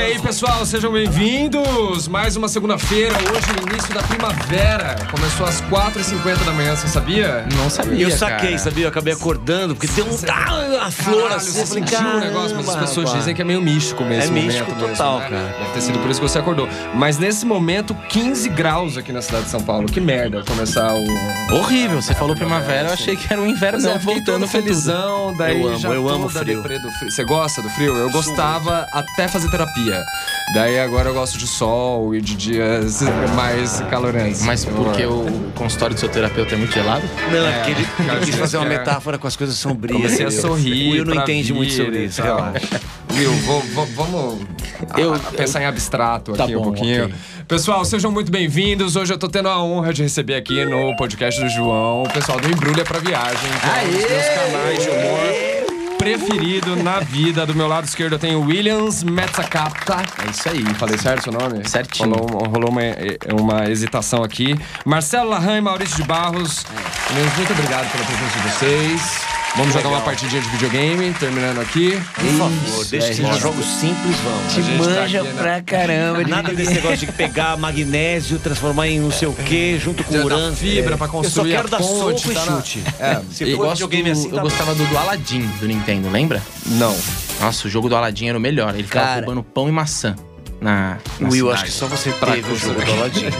aí, pessoal, sejam bem-vindos. Mais uma segunda-feira, hoje no início da primavera. Começou às 4h50 da manhã, você sabia? Não sabia, Eu saquei, cara. sabia? Eu acabei acordando, porque deu uma flor assim. Você sentiu um negócio, mas as pessoas dizem que é meio místico mesmo. É místico total, mesmo, né? cara. Deve ter sido por isso que você acordou. Mas nesse momento, 15 graus aqui na cidade de São Paulo. Que merda começar o... Horrível, você falou primavera, eu achei que era um inverno Não, voltando felizão, daí Eu amo toda frio. deprê do frio. Você gosta do frio? Eu gostava até fazer terapia. Daí agora eu gosto de sol e de dias mais calorentos. Mas porque o consultório do seu terapeuta é muito gelado? Não, é porque ele cara, quis fazer uma é. metáfora com as coisas sombrias. Comecei a sorrir. O Will não pra entende muito vida sobre e isso, tal. relaxa. Will, vamos pensar em abstrato Tá aqui um bom, pouquinho. ok. Pessoal, sejam muito bem-vindos. Hoje eu tô tendo a honra de receber aqui no podcast do João o pessoal do Embrulha pra Viagem, que é um dos meus canais de humor preferido na vida. Do meu lado esquerdo eu tenho Williams Metzacapta. É isso aí. Falei certo o seu nome? Certinho. Rolou uma hesitação aqui. Marcelo Larran e Maurício de Barros. Muito obrigado pela presença de vocês. Vamos jogar uma partidinha de videogame, terminando aqui. Por favor, deixa que sejam jogos simples, vamos. A gente tá Manja aqui, né? pra caramba. Nada desse negócio de pegar magnésio, transformar em não sei o que, junto com Da urânio. fibra pra construir Eu só quero a dar ponte, soco e tá na- chute. Se Eu, for gosto videogame assim, eu tá gostava do Aladdin, do Nintendo, lembra? Não. Nossa, o jogo do Aladdin era o melhor. Ele ficava Cara. roubando pão e maçã na Will, cidade. acho que só você Pra teve o jogo construir. do Aladdin.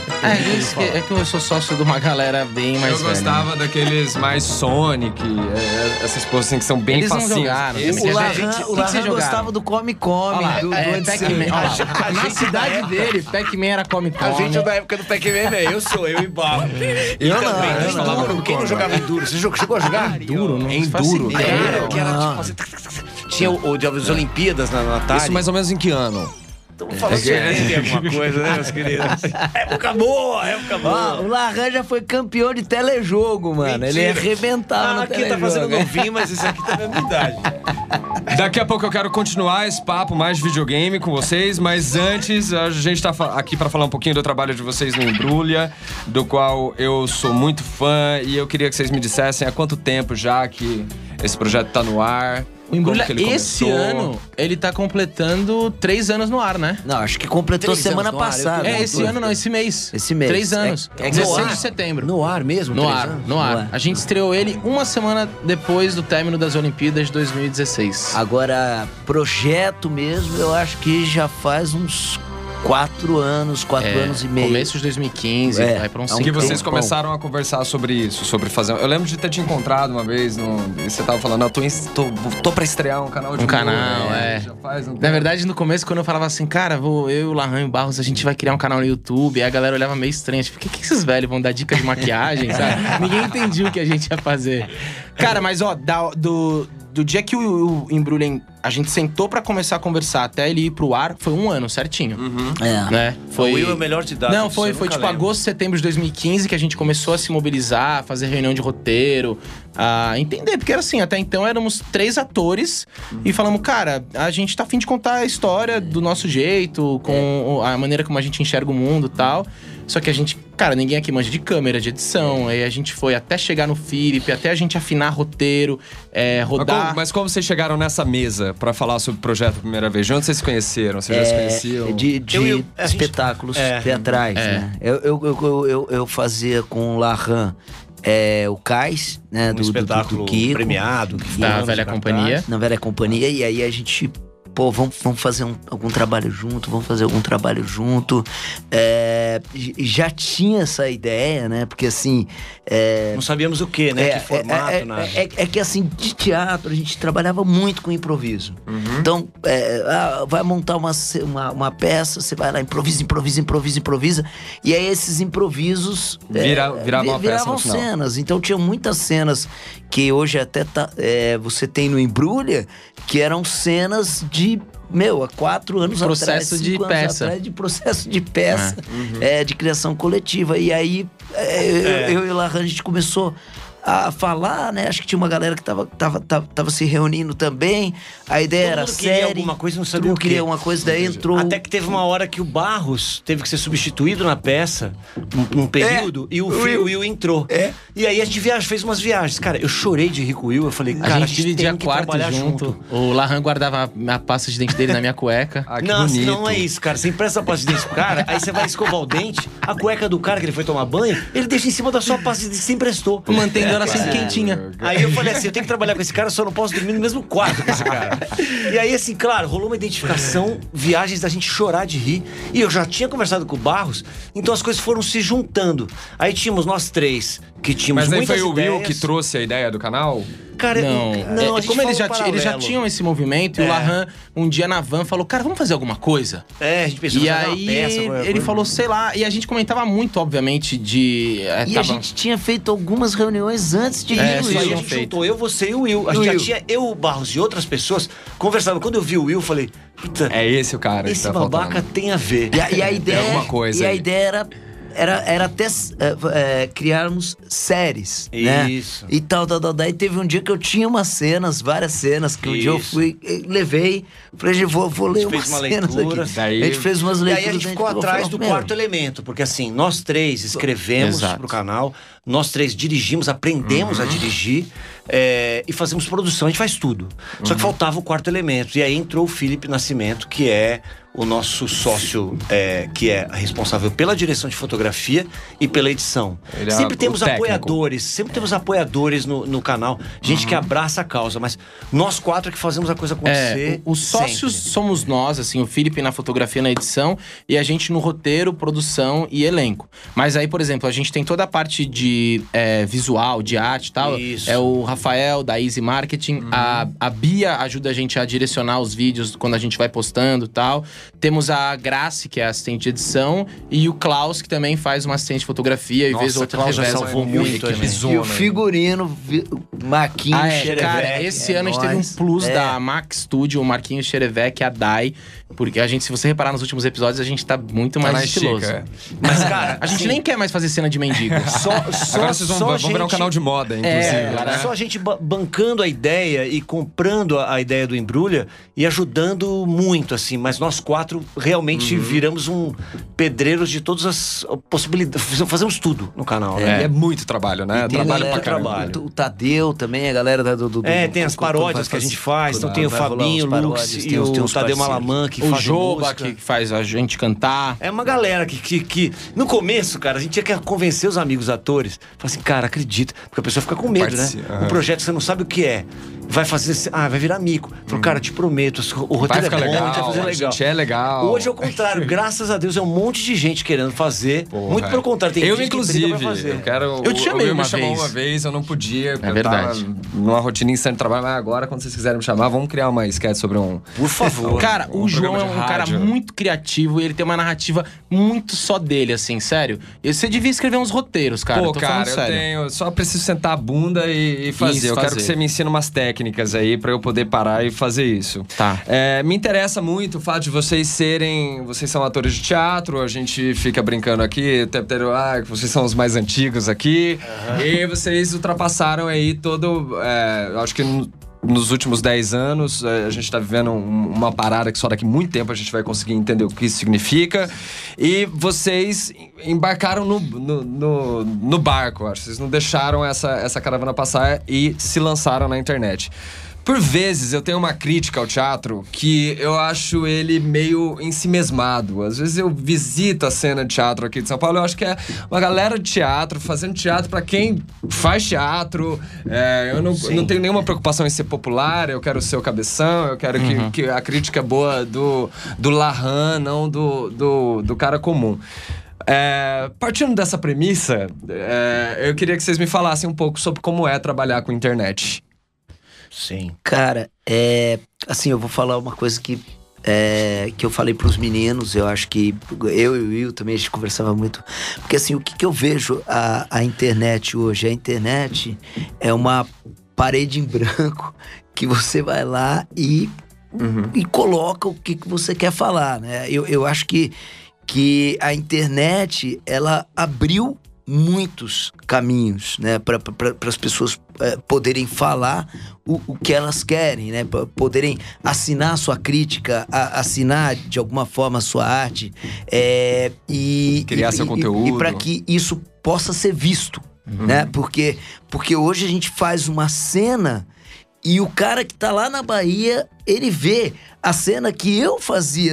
É que eu sou sócio de uma galera bem mais Eu velha. gostava daqueles mais Sonic, essas coisas assim que são bem Eles não facinhas. jogaram, Esse também. O A Larran, gente- o o que Larran vocês jogaram? gostava do Come Olha lá, do antes de Pac-Man. ser. Olha lá, na cidade dele, Pac-Man era Come. A gente é da época do Pac-Man, né? Eu e Barro. Eu não, também, eu não. Enduro. Quem não jogava Enduro? Você chegou a jogar? Duro, não Enduro. faço ideia. Cara, que era tipo fazer... Tinha as Olimpíadas na Atari. Isso mais ou menos em que ano? Estamos falando de alguma coisa, né, meus queridos? Época boa, época Ó, boa. o Larran já foi campeão de telejogo, mano. Ele Mentira. arrebentava no Aqui telejogo. tá fazendo novinho, mas esse aqui tá na minha idade. Daqui a pouco eu quero continuar esse papo mais de videogame com vocês, mas antes a gente tá aqui pra falar um pouquinho do trabalho de vocês no Embrulha, do qual eu sou muito fã, e eu queria que vocês me dissessem há quanto tempo já que esse projeto tá no ar. O Embrulha, como que ele esse começou. ano, ele tá completando 3 anos no ar, né? Não, acho que completou 3 semana anos no ar, passada. É, esse ano não, esse mês. Esse mês. 3 anos. É no 16 ar? de setembro. No ar mesmo? No 3 ar, anos? no ar. ar. A gente estreou ele uma semana depois do término das Olimpíadas de 2016. Agora, projeto mesmo, eu acho que já faz uns 4 anos e meio. Começo de 2015, É, vai pra uns é um 5 Que vocês tempão. começaram a conversar sobre isso, sobre fazer... Eu lembro de ter te encontrado uma vez, e você tava falando, tô pra estrear um canal de Um humor, canal, né? é. Já faz um Na tempo. verdade, no começo, quando eu falava assim, cara, eu e o Larran e o Barros, a gente vai criar um canal no YouTube, aí a galera olhava meio estranho, tipo, por que esses velhos vão dar dica de maquiagem, sabe? Ninguém entendia o que a gente ia fazer. Cara, mas ó, do dia que o Embrulha, a gente sentou pra começar a conversar até ele ir pro ar, foi 1 ano, certinho. É. Né? O Will é o melhor de idade. Não, foi eu nunca tipo lembro. agosto, setembro de 2015 que a gente começou a se mobilizar, a fazer reunião de roteiro, a entender. Porque era assim, até então éramos 3 atores e falamos, cara, a gente tá a fim de contar a história do nosso jeito, com a maneira como a gente enxerga o mundo e tal. Só que a gente, cara, ninguém aqui manja de câmera, de edição. Aí a gente foi até chegar no Felipe, até a gente afinar roteiro, rodar. Mas como vocês chegaram nessa mesa pra falar sobre o projeto a primeira vez? De onde vocês se conheceram? Vocês já se conheciam? De a gente- espetáculos teatrais, né? Eu fazia com o Larran o Cais, né? Um espetáculo do Kiko, premiado. Que foi Da anos Velha pra Companhia. trás. na Velha Companhia, e aí a gente... Pô, vamos fazer algum trabalho junto. Já tinha essa ideia, né? Porque assim... Não sabíamos o que, né? Que formato, nada. É que assim, de teatro a gente trabalhava muito com improviso. Então, vai montar uma peça, você vai lá, improvisa. E aí esses improvisos Viravam uma peça viravam no final. cenas. Então tinha muitas cenas que hoje até você tem no Embrulha, que eram cenas de... há 4 anos Processo atrás, de 5 anos peça. atrás, de processo de peça, de criação coletiva. E aí, eu e o Larran, a gente começou a falar, né? Acho que tinha uma galera que tava se reunindo também. A ideia Todo era mundo queria série. alguma coisa, não sabia todo mundo o quê. queria uma coisa, daí entrou... Até que teve uma hora que o Barros teve que ser substituído na peça, num período, e o Will entrou. E aí a gente fez umas viagens. Cara, eu chorei de rir com o Will, eu falei, cara, A gente dividia tem que quarto trabalhar junto. O Lahan guardava a pasta de dente dele na minha cueca. Ah, que Não, bonito. não é isso, cara. Você empresta a pasta de dente pro cara, aí você vai escovar o dente, a cueca do cara que ele foi tomar banho, ele deixa em cima da sua pasta de dente que você emprestou. Mantendo ela sempre quentinha. Aí eu falei assim, eu tenho que trabalhar com esse cara, só não posso dormir no mesmo quarto com esse cara. E aí, assim, claro, rolou uma identificação, viagens da gente chorar de rir. E eu já tinha conversado com o Barros, então as coisas foram se juntando. Aí tínhamos nós três, que tínhamos Mas aí muitas foi o Will ideias. que trouxe a ideia do canal? Cara, Não, a gente como eles falou já paralelo. tinham esse movimento, e o Lahan, um dia na van, falou, cara, vamos fazer alguma coisa? É, a gente pensou E fazer uma aí peça, qualquer ele coisa. falou, sei lá, e a gente comentava muito, obviamente, de... E a gente tinha feito algumas reuniões antes de Isso, É, aí só a tinham gente feito. juntou eu, você e o Will. A gente Will. já tinha eu, o Barros e outras pessoas conversando. Quando eu vi o Will, eu falei, puta, É esse o cara que esse tá babaca faltando. tem a ver. E a ideia, alguma coisa e a aí. ideia era até criarmos séries, né? Isso. E tal. Daí teve um dia que eu tinha umas cenas, várias cenas, que um dia eu Isso. fui, levei, falei, vou ler fez umas uma cenas leitura. aqui. Daí- A gente fez umas E leituras. aí a gente ficou atrás do quarto elemento, porque assim, nós três escrevemos Exato. pro canal, nós três dirigimos, aprendemos a dirigir e fazemos produção, a gente faz tudo. Só que faltava o quarto elemento. E aí entrou o Felipe Nascimento, que é o nosso sócio, que é responsável pela direção de fotografia e pela edição. Ele é Sempre o temos técnico. apoiadores no canal, gente que abraça a causa, mas nós quatro é que fazemos a coisa acontecer. Os sócios sempre. somos nós, assim, o Felipe na fotografia, na edição, e a gente no roteiro, produção e elenco. Mas aí, por exemplo, a gente tem toda a parte de visual, de arte e tal. Isso. É o Rafael, da Easy Marketing. A Bia ajuda a gente a direcionar os vídeos quando a gente vai postando e tal. Temos a Grace, que é assistente de edição, e o Klaus, que também faz uma assistente de fotografia, e vez ou outra Klaus já reveza. salvou muito também. E o figurino, Marquinhos, Xerevec, cara, esse ano a gente teve um nós. plus da Max Studio, o Marquinhos Xerevec e a Dai. Porque a gente, se você reparar nos últimos episódios, a gente tá muito Tá mais na estiloso. estica, Mas, cara, A gente assim, nem quer mais fazer cena de mendigo. Agora vocês vão virar um canal de moda, inclusive. cara. né? Só a gente bancando a ideia e comprando a ideia do Embrulha e ajudando muito, assim. Mas nós quatro realmente viramos pedreiros de todas as possibilidades. Fazemos tudo no canal, né? É muito trabalho, né? Tem a Trabalho galera, pra caramba. trabalho. O Tadeu também, a galera do Tem as paródias que a gente faz. Então tem o Fabinho, o Lux e o Tadeu Malaman que O fazem Joba, música. que faz a gente cantar. É uma galera que no começo, cara, a gente tinha que convencer os amigos atores. Falar assim, cara, acredita. Porque a pessoa fica com medo, Participa, né? Um projeto que você não sabe o que é. Vai fazer, vai virar mico. Falou, cara, te prometo, o roteiro Vai ficar é bom, legal, a gente vai fazer a legal. gente é legal. Hoje é o contrário, graças a Deus é um monte de gente querendo fazer. Porra, Muito pelo contrário, tem eu, gente inclusive, que briga pra fazer. eu quero. Eu te chamei o Will uma me chamou vez. uma vez, eu não podia. porque verdade. Eu tava numa rotina insana de trabalho, mas agora, quando vocês quiserem me chamar, vamos criar uma sketch sobre um. Por favor. Cara, Um o João é programa de um cara rádio. muito criativo e ele tem uma narrativa muito só dele, assim, sério. E você devia escrever uns roteiros, cara. Pô, eu tô falando cara, eu sério. tenho. Só preciso sentar a bunda e fazer. Isso, eu quero fazer. que você me ensine umas técnicas aí pra eu poder parar e fazer isso. Tá. Me interessa muito o fato de vocês serem. Vocês são atores de teatro, a gente fica brincando aqui, o tempo inteiro, que vocês são os mais antigos aqui. E vocês ultrapassaram aí todo. Acho que nos últimos 10 anos, a gente tá vivendo uma parada que só daqui muito tempo a gente vai conseguir entender o que isso significa. E vocês embarcaram no barco, acho. Vocês não deixaram essa caravana passar e se lançaram na internet. Por vezes eu tenho uma crítica ao teatro que eu acho ele meio ensimesmado. Às vezes eu visito a cena de teatro aqui de São Paulo, eu acho que é uma galera de teatro fazendo teatro pra quem faz teatro. Eu não tenho nenhuma preocupação em ser popular, eu quero ser o cabeção, eu quero que a crítica boa do Lahan, não do cara comum. Partindo dessa premissa, eu queria que vocês me falassem um pouco sobre como é trabalhar com internet. Sim. Cara, assim, eu vou falar uma coisa que eu falei pros meninos. Eu acho que eu e o Will também, a gente conversava muito. Porque assim, o que eu vejo a internet hoje? A internet é uma parede em branco que você vai lá e coloca o que você quer falar, né? Eu acho que a internet, ela abriu muitos caminhos, né? Para as pessoas poderem falar o que elas querem, né? Pra poderem assinar a sua crítica, assinar de alguma forma a sua arte, criar seu conteúdo. E para que isso possa ser visto, né? Porque hoje a gente faz uma cena e o cara que tá lá na Bahia, ele vê a cena que eu fazia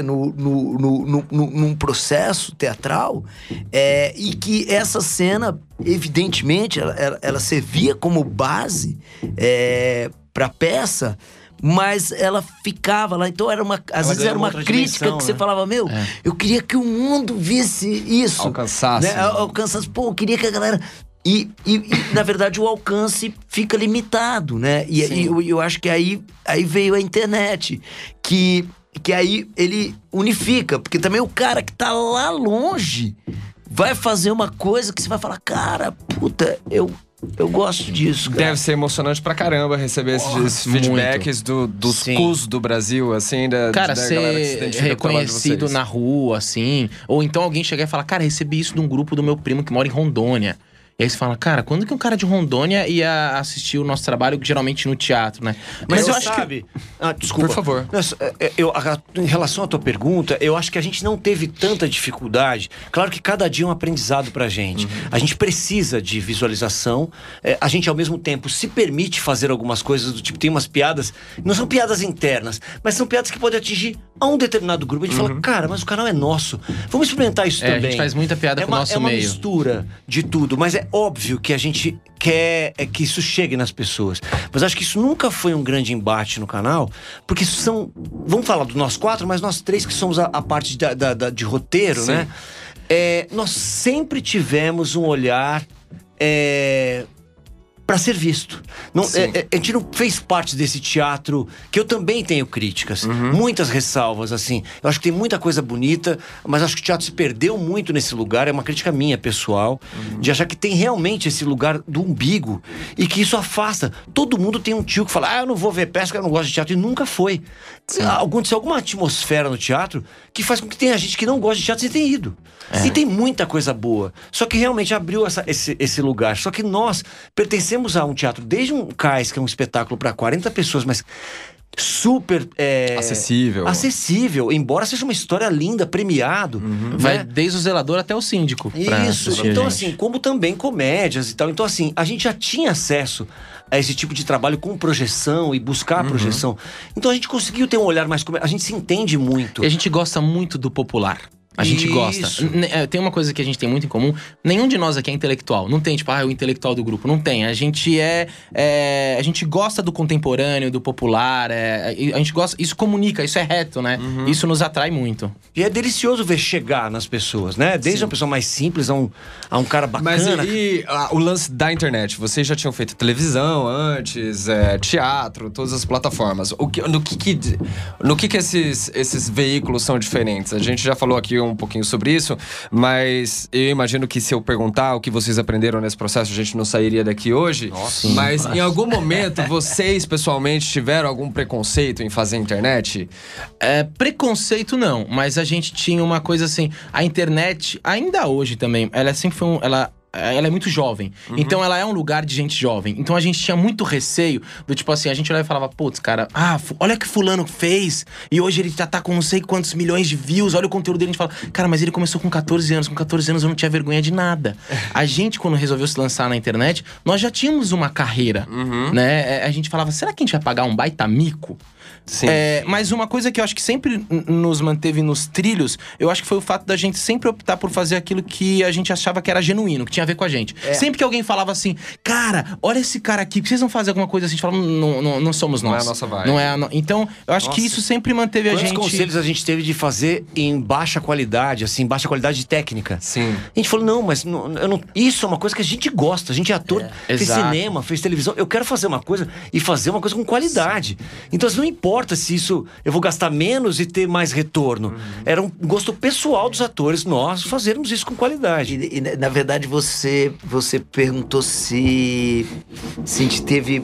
num processo teatral, e que essa cena, evidentemente, ela servia como base pra peça, mas ela ficava lá. Então às vezes era uma crítica dimensão, que você falava, eu queria que o mundo visse isso. Alcançasse. Né? Alcançasse, eu queria que a galera... E na verdade, o alcance fica limitado, né? E eu acho que aí veio a internet, que aí ele unifica. Porque também o cara que tá lá longe vai fazer uma coisa que você vai falar, cara, puta, eu gosto disso, cara. Deve ser emocionante pra caramba receber esses feedbacks dos cus do Brasil, assim, cara, da galera que se identifica reconhecido na rua, assim. Ou então alguém chegar e falar, cara, recebi isso de um grupo do meu primo que mora em Rondônia. E aí você fala, cara, quando que um cara de Rondônia ia assistir o nosso trabalho, geralmente no teatro, né? Mas eu acho que... desculpa. Por favor. Em relação à tua pergunta, eu acho que a gente não teve tanta dificuldade. Claro que cada dia é um aprendizado pra gente. A gente precisa de visualização. A gente, ao mesmo tempo, se permite fazer algumas coisas do tipo... Tem umas piadas... Não são piadas internas, mas são piadas que podem atingir a um determinado grupo. A gente fala, cara, mas o canal é nosso. Vamos experimentar isso também. A gente faz muita piada com o nosso meio. É uma mistura de tudo, mas é óbvio que a gente quer que isso chegue nas pessoas. Mas acho que isso nunca foi um grande embate no canal, porque são... Vamos falar do nós 4, mas nós 3 que somos a parte de roteiro, Sim. né? Nós sempre tivemos um olhar... para ser visto. A gente não fez parte desse teatro, que eu também tenho críticas, muitas ressalvas, assim. Eu acho que tem muita coisa bonita, mas acho que o teatro se perdeu muito nesse lugar. É uma crítica minha, pessoal, de achar que tem realmente esse lugar do umbigo e que isso afasta. Todo mundo tem um tio que fala, eu não vou ver peça porque eu não gosto de teatro, e nunca foi. Aconteceu alguma atmosfera no teatro que faz com que tenha gente que não gosta de teatro sem ter ido. E tem muita coisa boa. Só que realmente abriu esse lugar. Só que nós pertencemos a um teatro, desde um Cais, que é um espetáculo para 40 pessoas, mas super acessível, embora seja uma história linda, premiado, né? Vai desde o zelador até o síndico. Isso, então assim, como também comédias e tal. Então assim, a gente já tinha acesso a esse tipo de trabalho com projeção e buscar a projeção. Então a gente conseguiu ter um olhar mais... A gente se entende muito. E a gente gosta muito do popular. A gente gosta. Tem uma coisa que a gente tem muito em comum. Nenhum de nós aqui é intelectual. Não tem, tipo, o intelectual do grupo. Não tem. A gente a gente gosta do contemporâneo, do popular. A gente gosta... Isso comunica, isso é reto, né? Isso nos atrai muito. E é delicioso ver chegar nas pessoas, né? Desde uma pessoa mais simples a um cara bacana. Mas e o lance da internet? Vocês já tinham feito televisão antes, teatro, todas as plataformas. No que esses veículos são diferentes? A gente já falou aqui um pouquinho sobre isso, mas eu imagino que se eu perguntar o que vocês aprenderam nesse processo, a gente não sairia daqui hoje. Nossa, mas em algum momento, vocês pessoalmente tiveram algum preconceito em fazer internet? Preconceito não, mas a gente tinha uma coisa assim, a internet, ainda hoje também, ela sempre foi ela é muito jovem. Então ela é um lugar de gente jovem. Então a gente tinha muito receio do tipo assim, a gente olhava e falava, putz, cara, olha o que fulano fez e hoje ele já tá com não sei quantos milhões de views, olha o conteúdo dele. A gente fala, cara, mas ele começou com 14 anos. Com 14 anos eu não tinha vergonha de nada. A gente, quando resolveu se lançar na internet, nós já tínhamos uma carreira, né? A gente falava, será que a gente vai pagar um baita mico? Sim. Mas uma coisa que eu acho que sempre nos manteve nos trilhos, eu acho que foi o fato da gente sempre optar por fazer aquilo que a gente achava que era genuíno, que tinha a ver com a gente. Sempre que alguém falava assim, cara, olha esse cara aqui, precisam fazer alguma coisa assim, a gente falava, não somos nós. Não é a nossa vibe. Não é então, eu acho que isso sempre manteve a gente... Quantos conselhos a gente teve de fazer em baixa qualidade, assim, baixa qualidade técnica? Sim. A gente falou, não, mas isso é uma coisa que a gente gosta, a gente é ator, fez cinema, fez televisão, eu quero fazer uma coisa e fazer uma coisa com qualidade. Então, assim, não importa se isso eu vou gastar menos e ter mais retorno. Era um gosto pessoal dos atores, nós fazermos isso com qualidade. E na verdade, você perguntou se a gente teve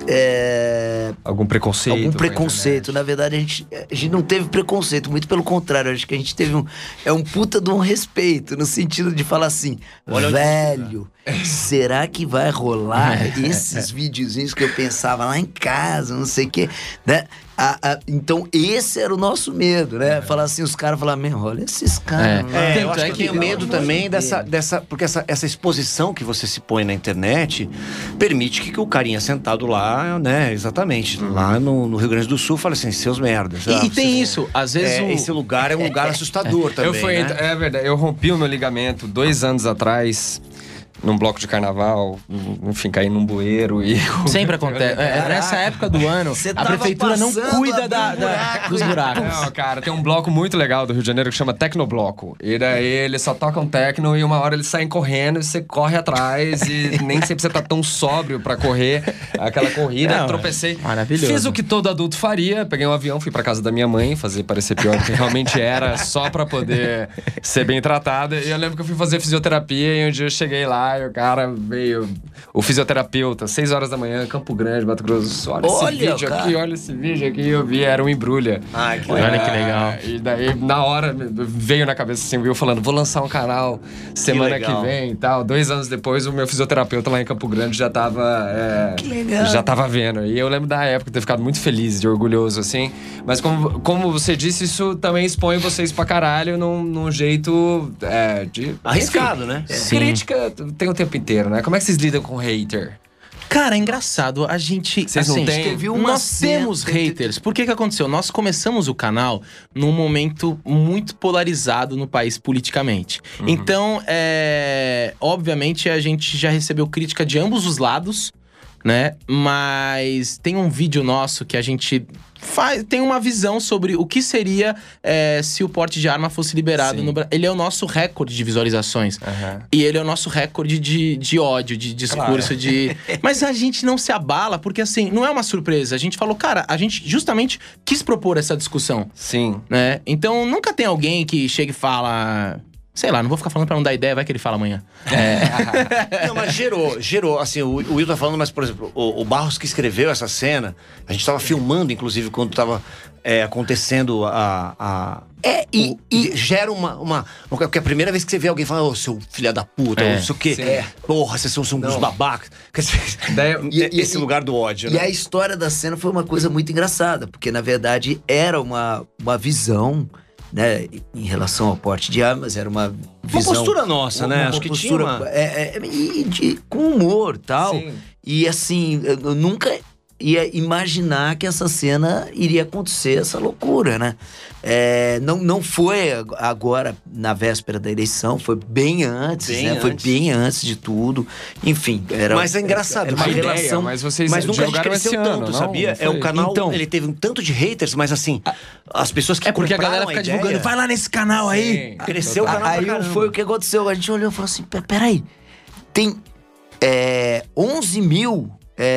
Algum preconceito? Algum com a preconceito. internet? Na verdade, a gente não teve preconceito, muito pelo contrário. Acho que a gente teve um puta de um respeito, no sentido de falar assim, velho, será que vai rolar esses videozinhos que eu pensava lá em casa, não sei o quê, né? Então, esse era o nosso medo, né? Falar assim, os caras falaram, meu, olha esses caras. Eu acho que eu tenho medo também porque essa exposição que você se põe na internet permite que o carinha sentado lá, né, exatamente, lá no Rio Grande do Sul, fala assim, seus merdas. E tem isso, às vezes esse lugar é um lugar assustador também, né? É verdade, eu rompi o meu ligamento 2 anos atrás, num bloco de carnaval, enfim, caí num bueiro e... Sempre acontece. Nessa época do ano, a prefeitura não cuida dos buracos. Não, cara, tem um bloco muito legal do Rio de Janeiro que chama Tecnobloco. E daí eles só tocam techno e uma hora eles saem correndo e você corre atrás e nem sempre você tá tão sóbrio pra correr aquela corrida. Não, tropecei. Maravilhoso. Fiz o que todo adulto faria, peguei um avião, fui pra casa da minha mãe, fazer parecer pior do que realmente era, só pra poder ser bem tratada. E eu lembro que eu fui fazer fisioterapia e um dia eu cheguei lá e o cara veio, o fisioterapeuta, 6 horas da manhã, Campo Grande, Mato Grosso do Sul. Olha esse vídeo aqui, eu vi, era um embrulha. Ai, que Olha que legal. E daí, na hora, veio na cabeça assim, viu, falando, vou lançar um canal semana que vem e tal. 2 anos depois, o meu fisioterapeuta lá em Campo Grande já tava... Que legal. Já tava vendo. E eu lembro da época ter ficado muito feliz, de orgulhoso, assim. Mas como você disse, isso também expõe vocês pra caralho num jeito de... arriscado, né? Crítica tem o tempo inteiro, né? Como é que vocês lidam com hater? Cara, é engraçado, a gente... Vocês não têm? Nós temos haters. Por que aconteceu? Nós começamos o canal num momento muito polarizado no país politicamente. Então, obviamente, a gente já recebeu crítica de ambos os lados, né? Mas tem um vídeo nosso que a gente tem uma visão sobre o que seria se o porte de arma fosse liberado no Brasil. Ele é o nosso recorde de visualizações. E ele é o nosso recorde de ódio, de discurso, Mas a gente não se abala, porque assim, não é uma surpresa. A gente falou, cara, a gente justamente quis propor essa discussão. Sim. Né? Então, nunca tem alguém que chega e fala... Sei lá, não vou ficar falando pra não dar ideia, vai que ele fala amanhã. Não, mas gerou. Assim, o Will tá falando, mas, por exemplo, o Barros que escreveu essa cena, a gente tava filmando, inclusive, quando tava acontecendo gera porque é a primeira vez que você vê alguém falando, seu filho da puta, não sei o quê. Porra, vocês são uns babacas. Esse lugar do ódio, E né? a história da cena foi uma coisa muito engraçada, porque, na verdade, era uma visão... né, em relação ao porte de armas, era uma visão... Uma postura nossa, né? Acho que postura, tinha com humor e tal. Sim. E assim, eu nunca ia imaginar que essa cena iria acontecer, essa loucura, né? Não foi agora, na véspera da eleição, foi bem antes, Foi bem antes de tudo. Enfim, Mas é engraçado, era uma relação... mas vocês nunca a gente jogaram cresceu esse tanto, ano, sabia? não O canal, Então, ele teve um tanto de haters, mas assim, as pessoas que porque a compraram galera fica ideia, divulgando, vai lá nesse canal aí. cresceu o canal Aí pra caramba. foi o que aconteceu. A gente olhou e falou assim: peraí, tem 11 mil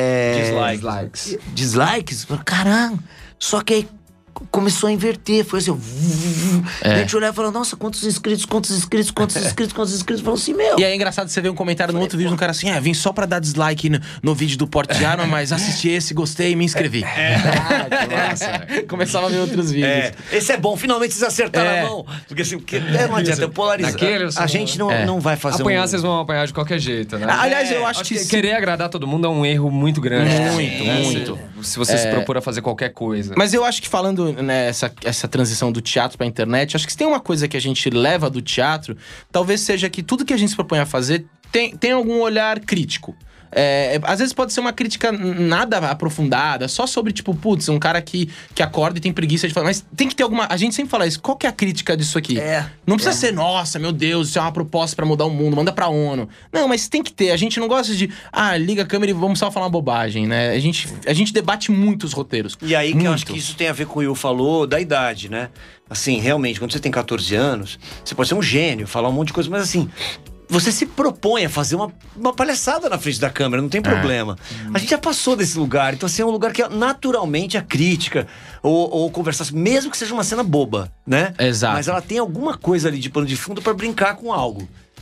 dislikes. Caramba, só que aí começou a inverter, foi assim, a gente olhava e falava, nossa, quantos inscritos, falou assim, meu. E aí é engraçado você ver um comentário no outro vídeo, um cara assim, vim só pra dar dislike no vídeo do porte de arma, mas assisti esse, gostei e me inscrevi. Que massa. Começava a ver outros vídeos. Esse é bom, finalmente vocês acertaram a mão. Porque assim, não adianta, polarizar. A gente não vai fazer apanhar, vocês vão apanhar de qualquer jeito, né? Aliás, eu acho que querer agradar todo mundo é um erro muito grande. Muito. Se você se propor a fazer qualquer coisa. Mas eu acho que falando essa transição do teatro pra internet, acho que se tem uma coisa que a gente leva do teatro, talvez seja que tudo que a gente se propõe a fazer tem algum olhar crítico. Às vezes pode ser uma crítica nada aprofundada, só sobre, tipo, putz, um cara que acorda e tem preguiça de falar. Mas tem que ter alguma... A gente sempre fala isso. Qual que é a crítica disso aqui? Não precisa ser, nossa, meu Deus, isso é uma proposta pra mudar o mundo, manda pra ONU. Não, mas tem que ter. A gente não gosta de, liga a câmera e vamos só falar uma bobagem, né? A gente debate muito os roteiros. E aí que eu acho que isso tem a ver com o que o Will falou da idade, né? Assim, realmente, quando você tem 14 anos, você pode ser um gênio, falar um monte de coisa, mas assim... Você se propõe a fazer uma palhaçada na frente da câmera, não tem problema. A gente já passou desse lugar, então assim, é um lugar que naturalmente a crítica ou conversar, mesmo que seja uma cena boba, né? Exato. Mas ela tem alguma coisa ali de pano de fundo pra brincar com algo.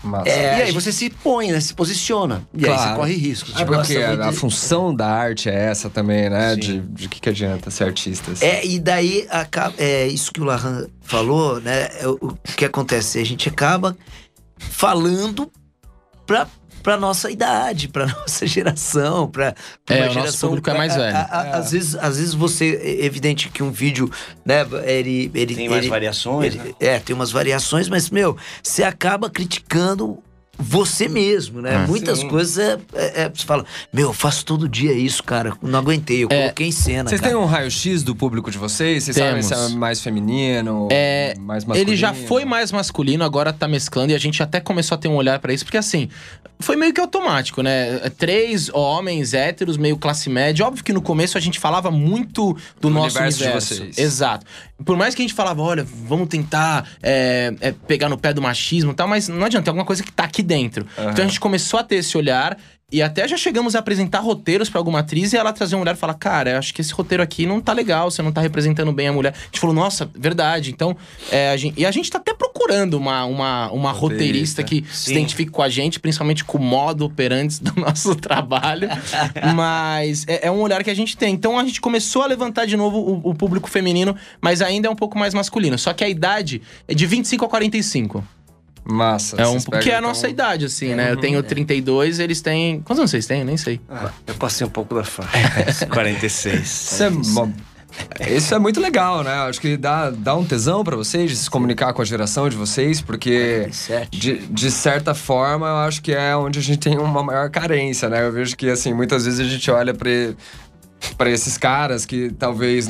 Massa. E aí você se põe, né? Se posiciona. E aí você corre riscos. É porque a função da arte é essa também, né? De que adianta ser artista? Assim. E daí, isso que o Lahan falou, né? O que acontece? A gente acaba falando pra nossa idade, pra nossa geração, pra uma geração... nosso público é mais velho. Às vezes você... É evidente que um vídeo, né, ele tem mais variações, né? Tem umas variações, mas, você acaba criticando você mesmo, né? Muitas coisas você fala, eu faço todo dia isso, cara, não aguentei, eu coloquei em cena. Vocês têm um raio-x do público de vocês? Vocês sabem se é mais feminino, mais masculino? Ele já foi mais masculino, agora tá mesclando, e a gente até começou a ter um olhar pra isso, porque assim, foi meio que automático, né? 3 homens héteros, meio classe média. Óbvio que no começo a gente falava muito do nosso universo. De vocês. Exato. Por mais que a gente falava, olha, vamos tentar pegar no pé do machismo e tal, mas não adianta, é alguma coisa que tá aqui dentro. Então a gente começou a ter esse olhar. E até já chegamos a apresentar roteiros pra alguma atriz e ela trazer um olhar e falar, cara, eu acho que esse roteiro aqui não tá legal, você não tá representando bem a mulher. A gente falou, nossa, verdade. Então, a gente tá até procurando uma roteirista que se identifique com a gente, principalmente com o modo operandi do nosso trabalho. Mas é um olhar que a gente tem. Então a gente começou a levantar de novo o público feminino, mas ainda é um pouco mais masculino. Só que a idade é de 25 a 45. Massa. Que é a nossa idade, assim, né? Eu tenho 32, eles têm... Quantos anos vocês têm? Eu nem sei. Eu passei um pouco da faixa. 46. Isso é muito legal, né? Acho que dá um tesão pra vocês de se comunicar com a geração de vocês, porque de certa forma eu acho que é onde a gente tem uma maior carência, né? Eu vejo que, assim, muitas vezes a gente olha pra esses caras que talvez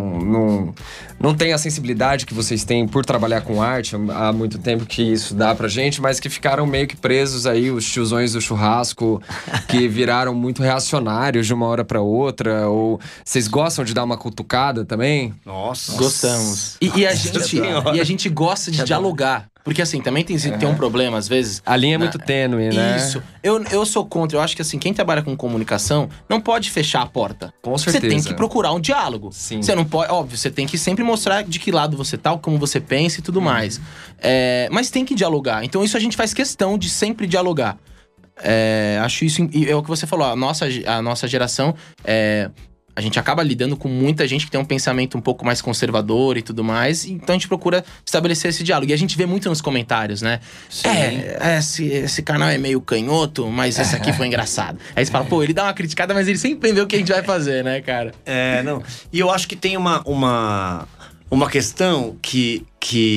não tem a sensibilidade que vocês têm por trabalhar com arte há muito tempo, que isso dá pra gente, mas que ficaram meio que presos aí, os tiozões do churrasco, que viraram muito reacionários de uma hora pra outra. Ou vocês gostam de dar uma cutucada também? Nossa. Gostamos. E a gente gosta de dialogar. Porque assim, também tem um problema às vezes. A linha é muito tênue, né? Isso. Eu sou contra. Eu acho que assim, quem trabalha com comunicação não pode fechar a porta. Com certeza. Você tem que procurar um diálogo. Sim. Você não pode... Óbvio, você tem que sempre mostrar de que lado você tá, como você pensa e tudo mais. Mas tem que dialogar. Então isso a gente faz questão de sempre dialogar. Acho isso... E é o que você falou. A nossa geração... A gente acaba lidando com muita gente que tem um pensamento um pouco mais conservador e tudo mais. Então a gente procura estabelecer esse diálogo. E a gente vê muito nos comentários, né? Esse canal é meio canhoto, mas esse aqui foi engraçado. Aí você fala, pô, ele dá uma criticada, mas ele sempre vê o que a gente vai fazer, né, cara? Não. E eu acho que tem uma questão que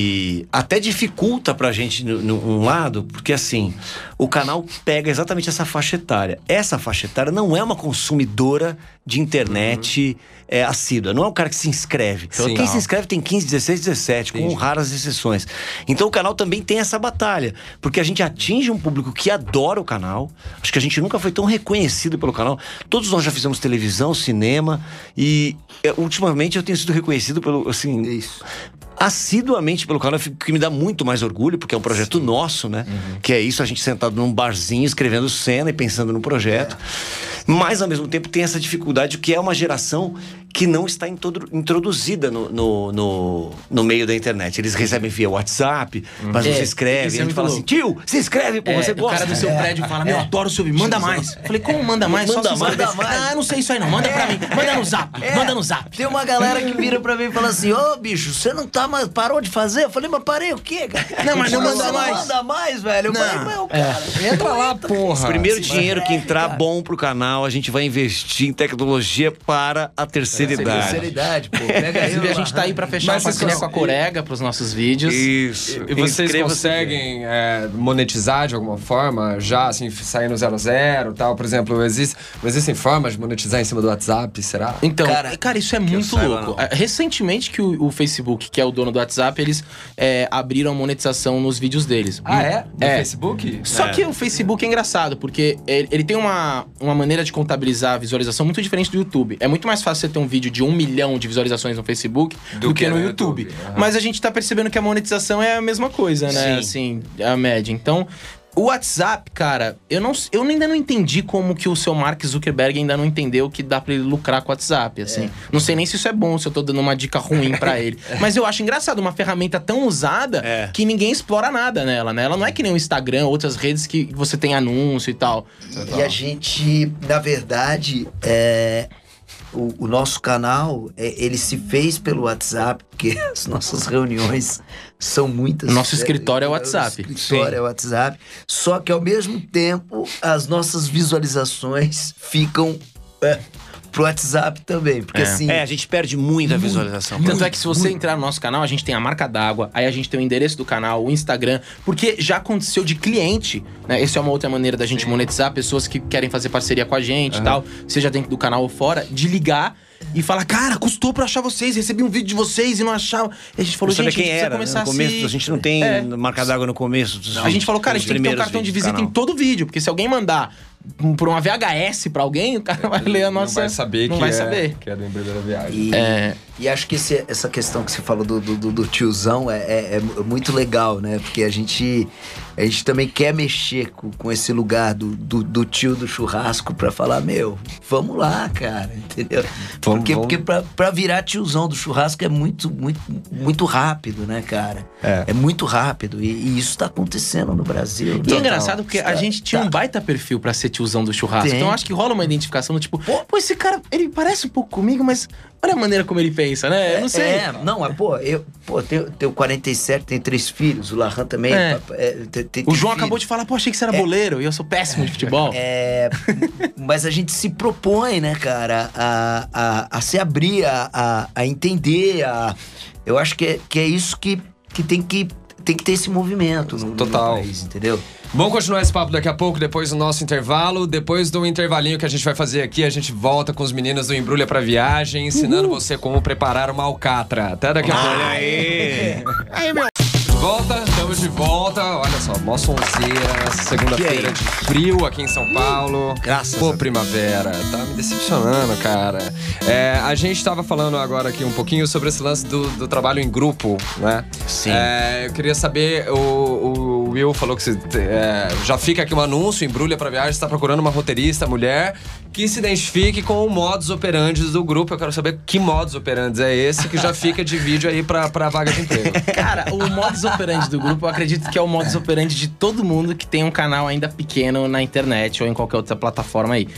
até dificulta pra gente num lado, porque assim, o canal pega exatamente essa faixa etária. Essa faixa etária não é uma consumidora de internet assídua, não é um cara que se inscreve. Sim. Quem se inscreve tem 15, 16, 17, com raras exceções. Então o canal também tem essa batalha, porque a gente atinge um público que adora o canal. Acho que a gente nunca foi tão reconhecido pelo canal. Todos nós já fizemos televisão, cinema, e ultimamente eu tenho sido reconhecido pelo, assim... assiduamente pelo canal, que me dá muito mais orgulho, porque é um projeto nosso, né? Que é isso, a gente sentado num barzinho, escrevendo cena e pensando no projeto. Mas, ao mesmo tempo, tem essa dificuldade, que é uma geração que não está introduzida no meio da internet. Eles recebem via WhatsApp, mas você escreve, e a gente fala assim, tio, se inscreve, pô, você gosta. O cara do seu prédio fala, eu adoro o seu vídeo, manda mais. Eu falei, como manda mais? Manda mais. Eu não sei isso aí não, manda pra mim, manda no zap, manda no zap. Tem uma galera que vira pra mim e fala assim, bicho, você não tá mais, parou de fazer? Eu falei, mas parei o quê, cara? Não, mas não manda mais. Não manda mais, velho. Eu falei, cara, entra lá, porra. O primeiro dinheiro que entrar bom pro canal, a gente vai investir em tecnologia para a terceira idade. Terceira idade, pô. Inclusive, a gente tá aí pra fechar uma parceria com a Corega pros nossos vídeos. Isso. E vocês conseguem monetizar de alguma forma? Já, assim, sair no 00 e tal? Por exemplo, existem formas de monetizar em cima do WhatsApp, será? Então, cara, isso é muito louco. Recentemente que o Facebook, que é o dono do WhatsApp, eles abriram a monetização nos vídeos deles. Do Facebook? Só que o Facebook é engraçado, porque ele tem uma maneira de contabilizar a visualização muito diferente do YouTube. É muito mais fácil você ter um vídeo de 1 milhão de visualizações no Facebook do que no YouTube. Mas a gente tá percebendo que a monetização é a mesma coisa, né? Sim. Assim, a média. Então, O WhatsApp, cara, eu ainda não entendi como que o seu Mark Zuckerberg ainda não entendeu que dá pra ele lucrar com o WhatsApp, assim. Não sei nem se isso é bom, se eu tô dando uma dica ruim pra ele. Mas eu acho engraçado, uma ferramenta tão usada que ninguém explora nada nela, né? Ela não é que nem o Instagram, outras redes que você tem anúncio e tal. E a gente, na verdade, o nosso canal, ele se fez pelo WhatsApp, porque as nossas reuniões são muitas. Nosso escritório é o WhatsApp. O escritório é o WhatsApp. Só que, ao mesmo tempo, as nossas visualizações ficam pro WhatsApp também. Porque assim. A gente perde muita visualização. Tanto é que se você entrar no nosso canal, a gente tem a marca d'água, aí a gente tem o endereço do canal, o Instagram, porque já aconteceu de cliente, né? Essa é uma outra maneira da gente monetizar, pessoas que querem fazer parceria com a gente e tal, seja dentro do canal ou fora, de ligar e falar, cara, custou pra achar vocês, recebi um vídeo de vocês e não achava. E a gente falou, gente, quem era, começar no começo, a gente não tem marca d'água no começo. A gente falou, cara, a gente tem que ter um cartão de visita em todo vídeo, porque se alguém mandar por uma VHS pra alguém, o cara vai ler a nossa... Não vai saber, que é do Embrulha da Viagem. E acho que essa questão que você falou do tiozão é muito legal, né? Porque a gente também quer mexer com esse lugar do tio do churrasco pra falar, vamos lá, cara, entendeu? Porque pra virar tiozão do churrasco é muito, muito, muito rápido, né, cara? É muito rápido e isso tá acontecendo no Brasil. E é engraçado porque a gente tinha um baita perfil pra ser tiozão do churrasco. Então acho que rola uma identificação do tipo, pô, esse cara, ele parece um pouco comigo, mas olha a maneira como ele pensa, né? Eu não sei. Eu tenho 47, tenho 3 filhos, o Larran também. O João acabou de falar, achei que você era boleiro e eu sou péssimo de futebol. Mas a gente se propõe, né, cara, a se abrir, a entender, eu acho que é isso que tem que ter esse movimento no país, entendeu? Vamos continuar esse papo daqui a pouco, depois do nosso intervalo. Depois do intervalinho que a gente vai fazer aqui, a gente volta com os meninos do Embrulha pra Viagem, ensinando você como preparar uma alcatra. Até daqui a pouco. Aí, meu... Estamos de volta. Olha só, mó sonzeira, segunda-feira de frio aqui em São Paulo. Graças a Deus. Primavera. Tá me decepcionando, cara. A gente tava falando agora aqui um pouquinho sobre esse lance do trabalho em grupo, né? Sim. Eu queria saber, o Will falou que você já fica aqui um anúncio, Embrulha pra Viagem, você tá procurando uma roteirista, mulher, que se identifique com o modus operandi do grupo. Eu quero saber que modus operandi é esse que já fica de vídeo aí pra vaga de emprego. Cara, o modus operandi do grupo, eu acredito que é o modus operandi de todo mundo que tem um canal ainda pequeno na internet ou em qualquer outra plataforma aí.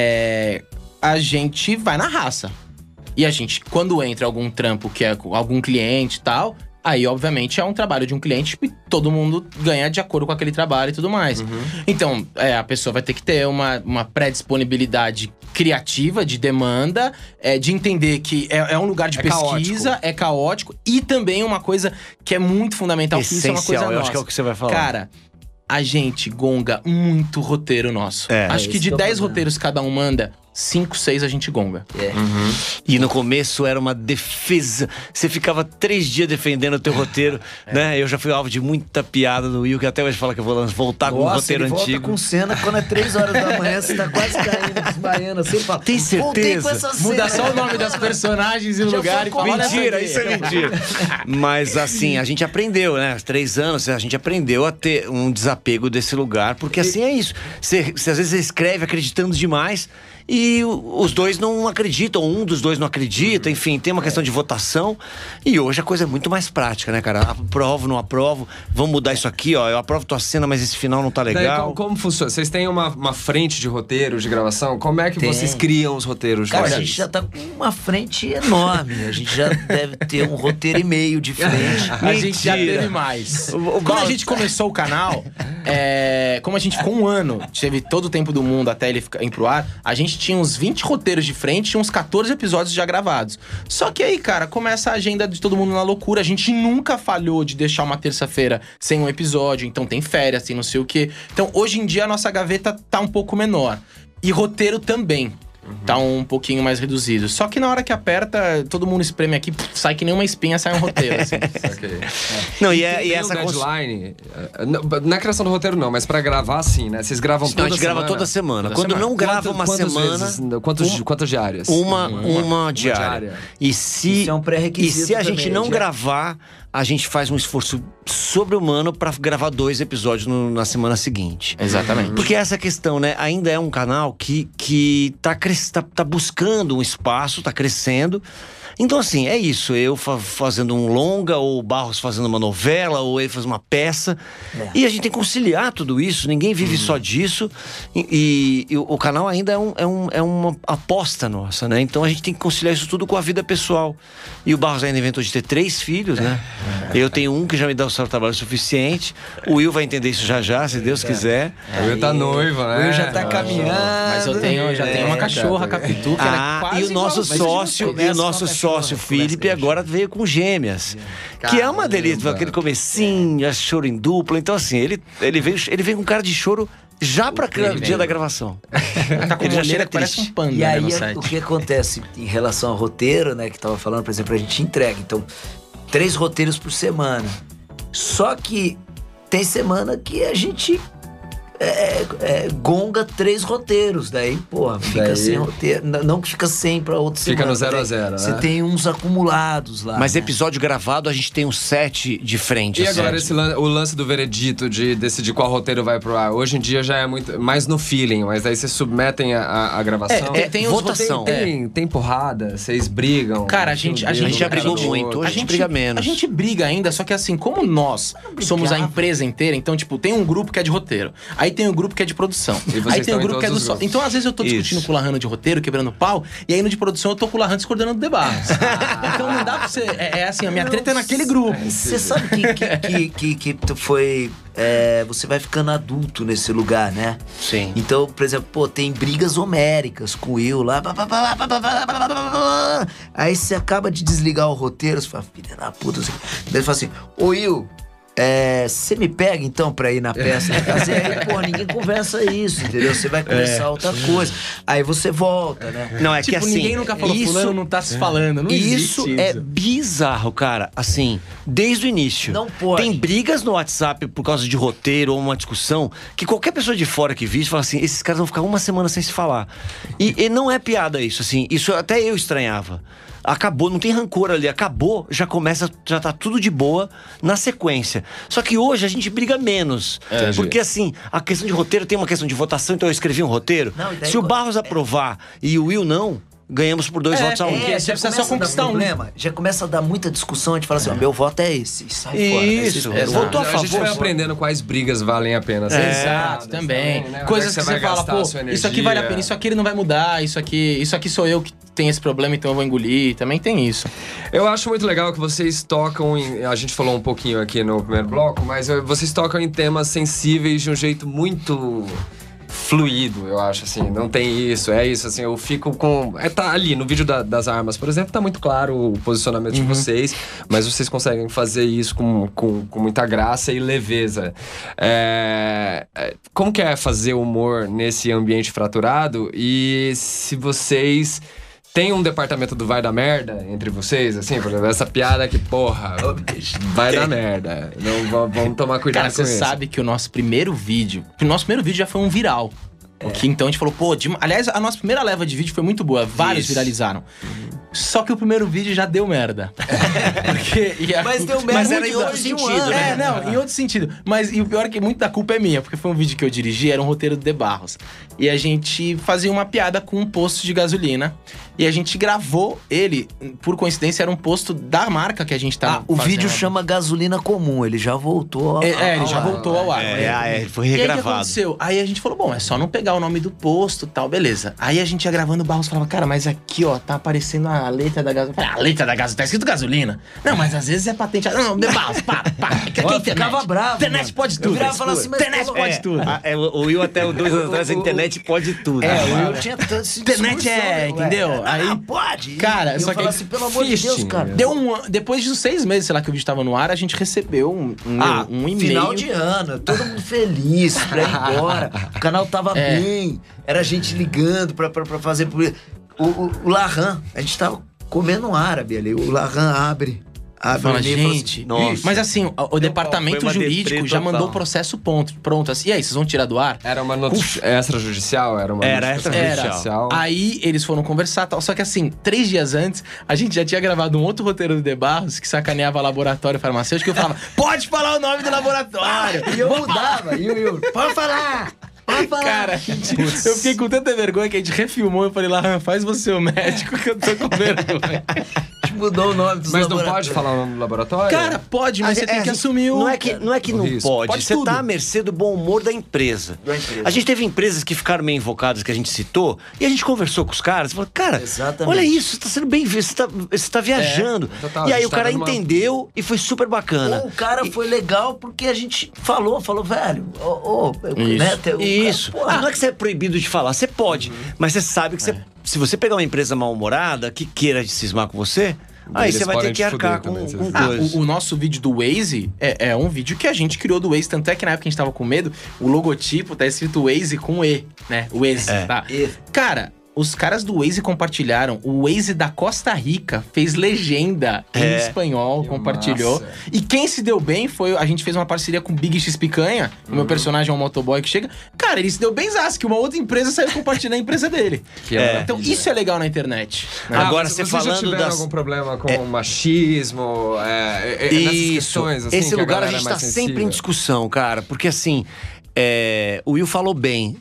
A gente vai na raça. E a gente, quando entra algum trampo que é algum cliente e tal, aí, obviamente, é um trabalho de um cliente e todo mundo ganha de acordo com aquele trabalho e tudo mais. Então, a pessoa vai ter que ter uma pré-disponibilidade criativa, de demanda, de entender que é um lugar de pesquisa, é caótico. E também uma coisa que é muito fundamental, que isso é uma coisa nossa. Eu acho que é o que você vai falar. Cara, a gente gonga muito roteiro nosso. Acho que de 10 roteiros cada um manda, 5, 6 a gente gonga. E no começo era uma defesa. Você ficava 3 dias defendendo o teu roteiro, né? Eu já fui alvo de muita piada do Will, que até hoje fala que eu vou voltar com um roteiro ele antigo. Volta com cena quando é 3 horas da manhã, você tá quase caindo, desmaiando. Assim, fala, tem certeza? Com essa Muda cena. só o nome das personagens e o lugar e fala, mentira, isso é mentira. Mas assim, a gente aprendeu, né? 3 anos, a gente aprendeu a ter um desapego desse lugar, porque assim é isso. Você às vezes escreve acreditando demais e os dois não acreditam, um dos dois não acredita, enfim, tem uma questão de votação. E hoje a coisa é muito mais prática, né, cara? Aprovo, não aprovo, vamos mudar isso aqui, ó. Eu aprovo tua cena, mas esse final não tá legal. Daí, como funciona? Vocês têm uma frente de roteiro, de gravação? Como é que vocês criam os roteiros? Cara, a gente já tá com uma frente enorme. A gente já deve ter um roteiro e meio de frente. A gente já teve mais. Quando a gente começou o canal, como a gente ficou um ano, teve todo o tempo do mundo até ele ir pro ar, a gente tinha uns 20 roteiros de frente e uns 14 episódios já gravados. Só que aí, cara, começa a agenda de todo mundo na loucura. A gente nunca falhou de deixar uma terça-feira sem um episódio, então tem férias, tem não sei o quê. Então, hoje em dia, a nossa gaveta tá um pouco menor. E roteiro também. Tá um pouquinho mais reduzido. Só que na hora que aperta, todo mundo espreme aqui, sai que nem uma espinha, sai um roteiro, assim. Não, e essa deadline, na criação do roteiro não, mas pra gravar sim, né? Vocês gravam toda semana? A gente grava toda semana. Quando não grava uma semana... Quantas diárias? Uma diária. E se, isso é um pré-requisito e se a gente também, não gravar, a gente faz um esforço sobre-humano pra gravar 2 episódios na semana seguinte. Exatamente. Porque essa questão, né? Ainda é um canal que tá buscando um espaço, tá crescendo. Então, assim, é isso. Eu fazendo um longa, ou o Barros fazendo uma novela, ou ele faz uma peça. E a gente tem que conciliar tudo isso. Ninguém vive só disso. E o canal ainda é uma aposta nossa, né? Então a gente tem que conciliar isso tudo com a vida pessoal. E o Barros ainda inventou de ter 3 filhos, né? Eu tenho um que já me dá o seu trabalho suficiente. O Will vai entender isso já, se Deus quiser. O Will tá noiva, né? O Will já tá caminhando. Mas eu já tenho uma cachorra, a Capitu, que ela é quase e o nosso sócio Felipe agora veio com gêmeas. Que é uma delícia, aquele comecinho, choro em dupla. Então, assim, ele veio com cara de choro já pra dia da gravação. Tá com Ele já olheira chega que parece um triste. panda, E né, aí, no site. o que acontece em relação ao roteiro, né? Que tava falando, por exemplo, a gente entrega. Então, 3 roteiros por semana. Só que tem semana que a gente gonga 3 roteiros. Daí, porra, fica sem roteiro. Não que fica sem pra outra semana. Fica no 0 a 0, né? Você tem uns acumulados lá. Mas né? episódio gravado, a gente tem uns 7 de frente. E assim. agora, o lance do veredito, de decidir qual roteiro vai pro ar, hoje em dia já é muito mais no feeling, mas aí vocês submetem a gravação. Tem os votação. Tem porrada, vocês brigam. Cara, a gente já brigou muito, hoje a gente briga menos. A gente briga ainda, só que assim, como nós somos a empresa inteira, então, tipo, tem um grupo que é de roteiro, aí tem um grupo que é de produção, E vocês aí tem estão um em grupo que é do todos os som. grupos. Então, às vezes eu tô discutindo com o Larrano de roteiro, quebrando pau, e aí no de produção eu tô com o Larrano discordando do Debarros. Então não dá pra você... É assim, a minha treta é naquele grupo. Você sabe que tu foi... você vai ficando adulto nesse lugar, né? Sim. Então, por exemplo, pô, tem brigas homéricas com o Will lá. Aí você acaba de desligar o roteiro, você fala, filha da puta. Daí ele fala assim, ô Will, você me pega então pra ir na peça? E aí, pô, ninguém conversa isso, entendeu? Você vai conversar outra coisa. Aí você volta, né? Não, é Tipo, que assim... ninguém nunca falou, fulano não tá se falando, não Isso existe é bizarro, cara. Assim, desde o início. Não pode. Tem brigas no WhatsApp por causa de roteiro ou uma discussão que qualquer pessoa de fora que visse fala assim, esses caras vão ficar uma semana sem se falar. E não é piada isso, assim. Isso até eu estranhava. Acabou, não tem rancor ali, acabou, já tá tudo de boa na sequência. Só que hoje a gente briga menos. Porque assim, a questão de roteiro tem uma questão de votação, então eu escrevi um roteiro. Não, e daí se o Barros aprovar e o Will não, ganhamos por 2 votos a 1. Você precisa só conquistar um. Já começa a dar muita discussão, a gente fala assim, ó, meu voto é esse. E sai fora. Né? Isso, Vocês- votou a A gente vai favor. aprendendo quais brigas valem a pena. Exato, também. né? Coisas Onde é que você vai fala, gastar pô, a sua isso aqui vale a energia? pena, isso aqui ele não vai mudar, isso aqui sou eu que tenho esse problema, então eu vou engolir. Também tem isso. Eu acho muito legal que vocês tocam em... A gente falou um pouquinho aqui no primeiro bloco, mas vocês tocam em temas sensíveis de um jeito muito fluido, eu acho, assim. Não tem isso, é isso, assim. Eu fico com... tá ali, no vídeo das armas, por exemplo, tá muito claro o posicionamento de vocês, mas vocês conseguem fazer isso com muita graça e leveza. Como que é fazer humor nesse ambiente fraturado? E se vocês... Tem um departamento do vai dar merda entre vocês, assim, por exemplo, essa piada que, porra, vai dar merda. Não, vamos tomar cuidado Cara, com você isso. sabe que o nosso primeiro vídeo já foi um viral. O que então a gente falou, pô, aliás, a nossa primeira leva de vídeo foi muito boa, vários viralizaram. Só que o primeiro vídeo já deu merda. Mas deu merda, Mas era muito em outro da- sentido, né? Não, em outro sentido. Mas e o pior é que muito da culpa é minha, porque foi um vídeo que eu dirigi, era um roteiro do De Barros. E a gente fazia uma piada com um posto de gasolina. E a gente gravou ele, por coincidência, era um posto da marca que a gente tava o fazendo. vídeo chama Gasolina Comum, ele já voltou. Ele já voltou ao ar. Foi E aí o que regravado. aconteceu? Aí a gente falou, bom, é só não pegar o nome do posto e tal, beleza. Aí a gente ia gravando o Barros, falava, cara, mas aqui, ó, tá aparecendo a letra da gasolina. A letra da gasolina, tá escrito gasolina. Não, mas às vezes é patenteado. Não, De Barros, para. Aqui é Eu internet. ficava bravo, Internet mano. pode Eu tudo. virava e falava assim, mas Internet pelo- pode tudo. O Will até 2 anos atrás, a internet pode tudo. Eu tinha tanto esse Internet discurso, né, entendeu? ué. Aí- Não, pode. Cara, E só eu que falava assim, pelo amor de fisting, Deus, cara. Deu depois de uns 6 meses, sei lá, que o vídeo tava no ar, a gente recebeu um e-mail. Final de ano, todo mundo feliz pra ir embora. O canal tava bem, era gente ligando pra fazer... O Larran, a gente tava comendo um árabe ali, o Larran abre Fala, gente, Nossa. mas assim, o departamento foi uma jurídico deprê já total. mandou o processo pronto. Assim, e aí, vocês vão tirar do ar? Era uma notícia extrajudicial? Era extrajudicial. Aí eles foram conversar e tal. Só que assim, 3 dias antes, a gente já tinha gravado um outro roteiro do De Barros que sacaneava laboratório farmacêutico. Eu falava, pode falar o nome do laboratório! E eu mudava, e eu, pode falar! Pode falar! Cara, eu fiquei com tanta vergonha que a gente refilmou. Eu falei, Lahan, faz você o médico que eu tô com vergonha. A gente mudou o nome dos Mas não laboratórios. pode falar o nome do laboratório? Cara, pode, mas você tem que assumir o... Não é que não risco. pode. Pode Você tudo. tá à mercê do bom humor da empresa. A gente teve empresas que ficaram meio invocadas, que a gente citou, e a gente conversou com os caras e falou, cara, Exatamente. olha isso, você tá sendo bem visto, você tá viajando. total, E a aí gente o cara tá dando uma- entendeu e foi super bacana. O cara foi legal porque a gente falou, velho, Isso. Cara, Não é que você é proibido de falar, você pode, mas você sabe que se você pegar uma empresa mal-humorada que queira cismar com você, aí Eles você vai ter podem que te fuder arcar com também, vocês coisas. O nosso vídeo do Waze é um vídeo que a gente criou do Waze. Tanto é que na época que a gente tava com medo, o logotipo tá escrito Waze com E, né? Waze, tá? E. Cara, os caras do Waze compartilharam. O Waze da Costa Rica fez legenda em espanhol, Que compartilhou. massa. E quem se deu bem foi... A gente fez uma parceria com o Big X Picanha. O meu personagem é um motoboy que chega... Cara, ele se deu benzaço, que uma outra empresa saiu compartilhando a empresa dele. Que maravilha. Então isso é legal na internet. Né? Agora, mas você vocês já falando tiveram das- algum problema com machismo? Nessas Isso. questões, assim, Esse que lugar a galera gente é tá mais sempre em sensível? discussão, cara. Porque assim, o Will falou bem.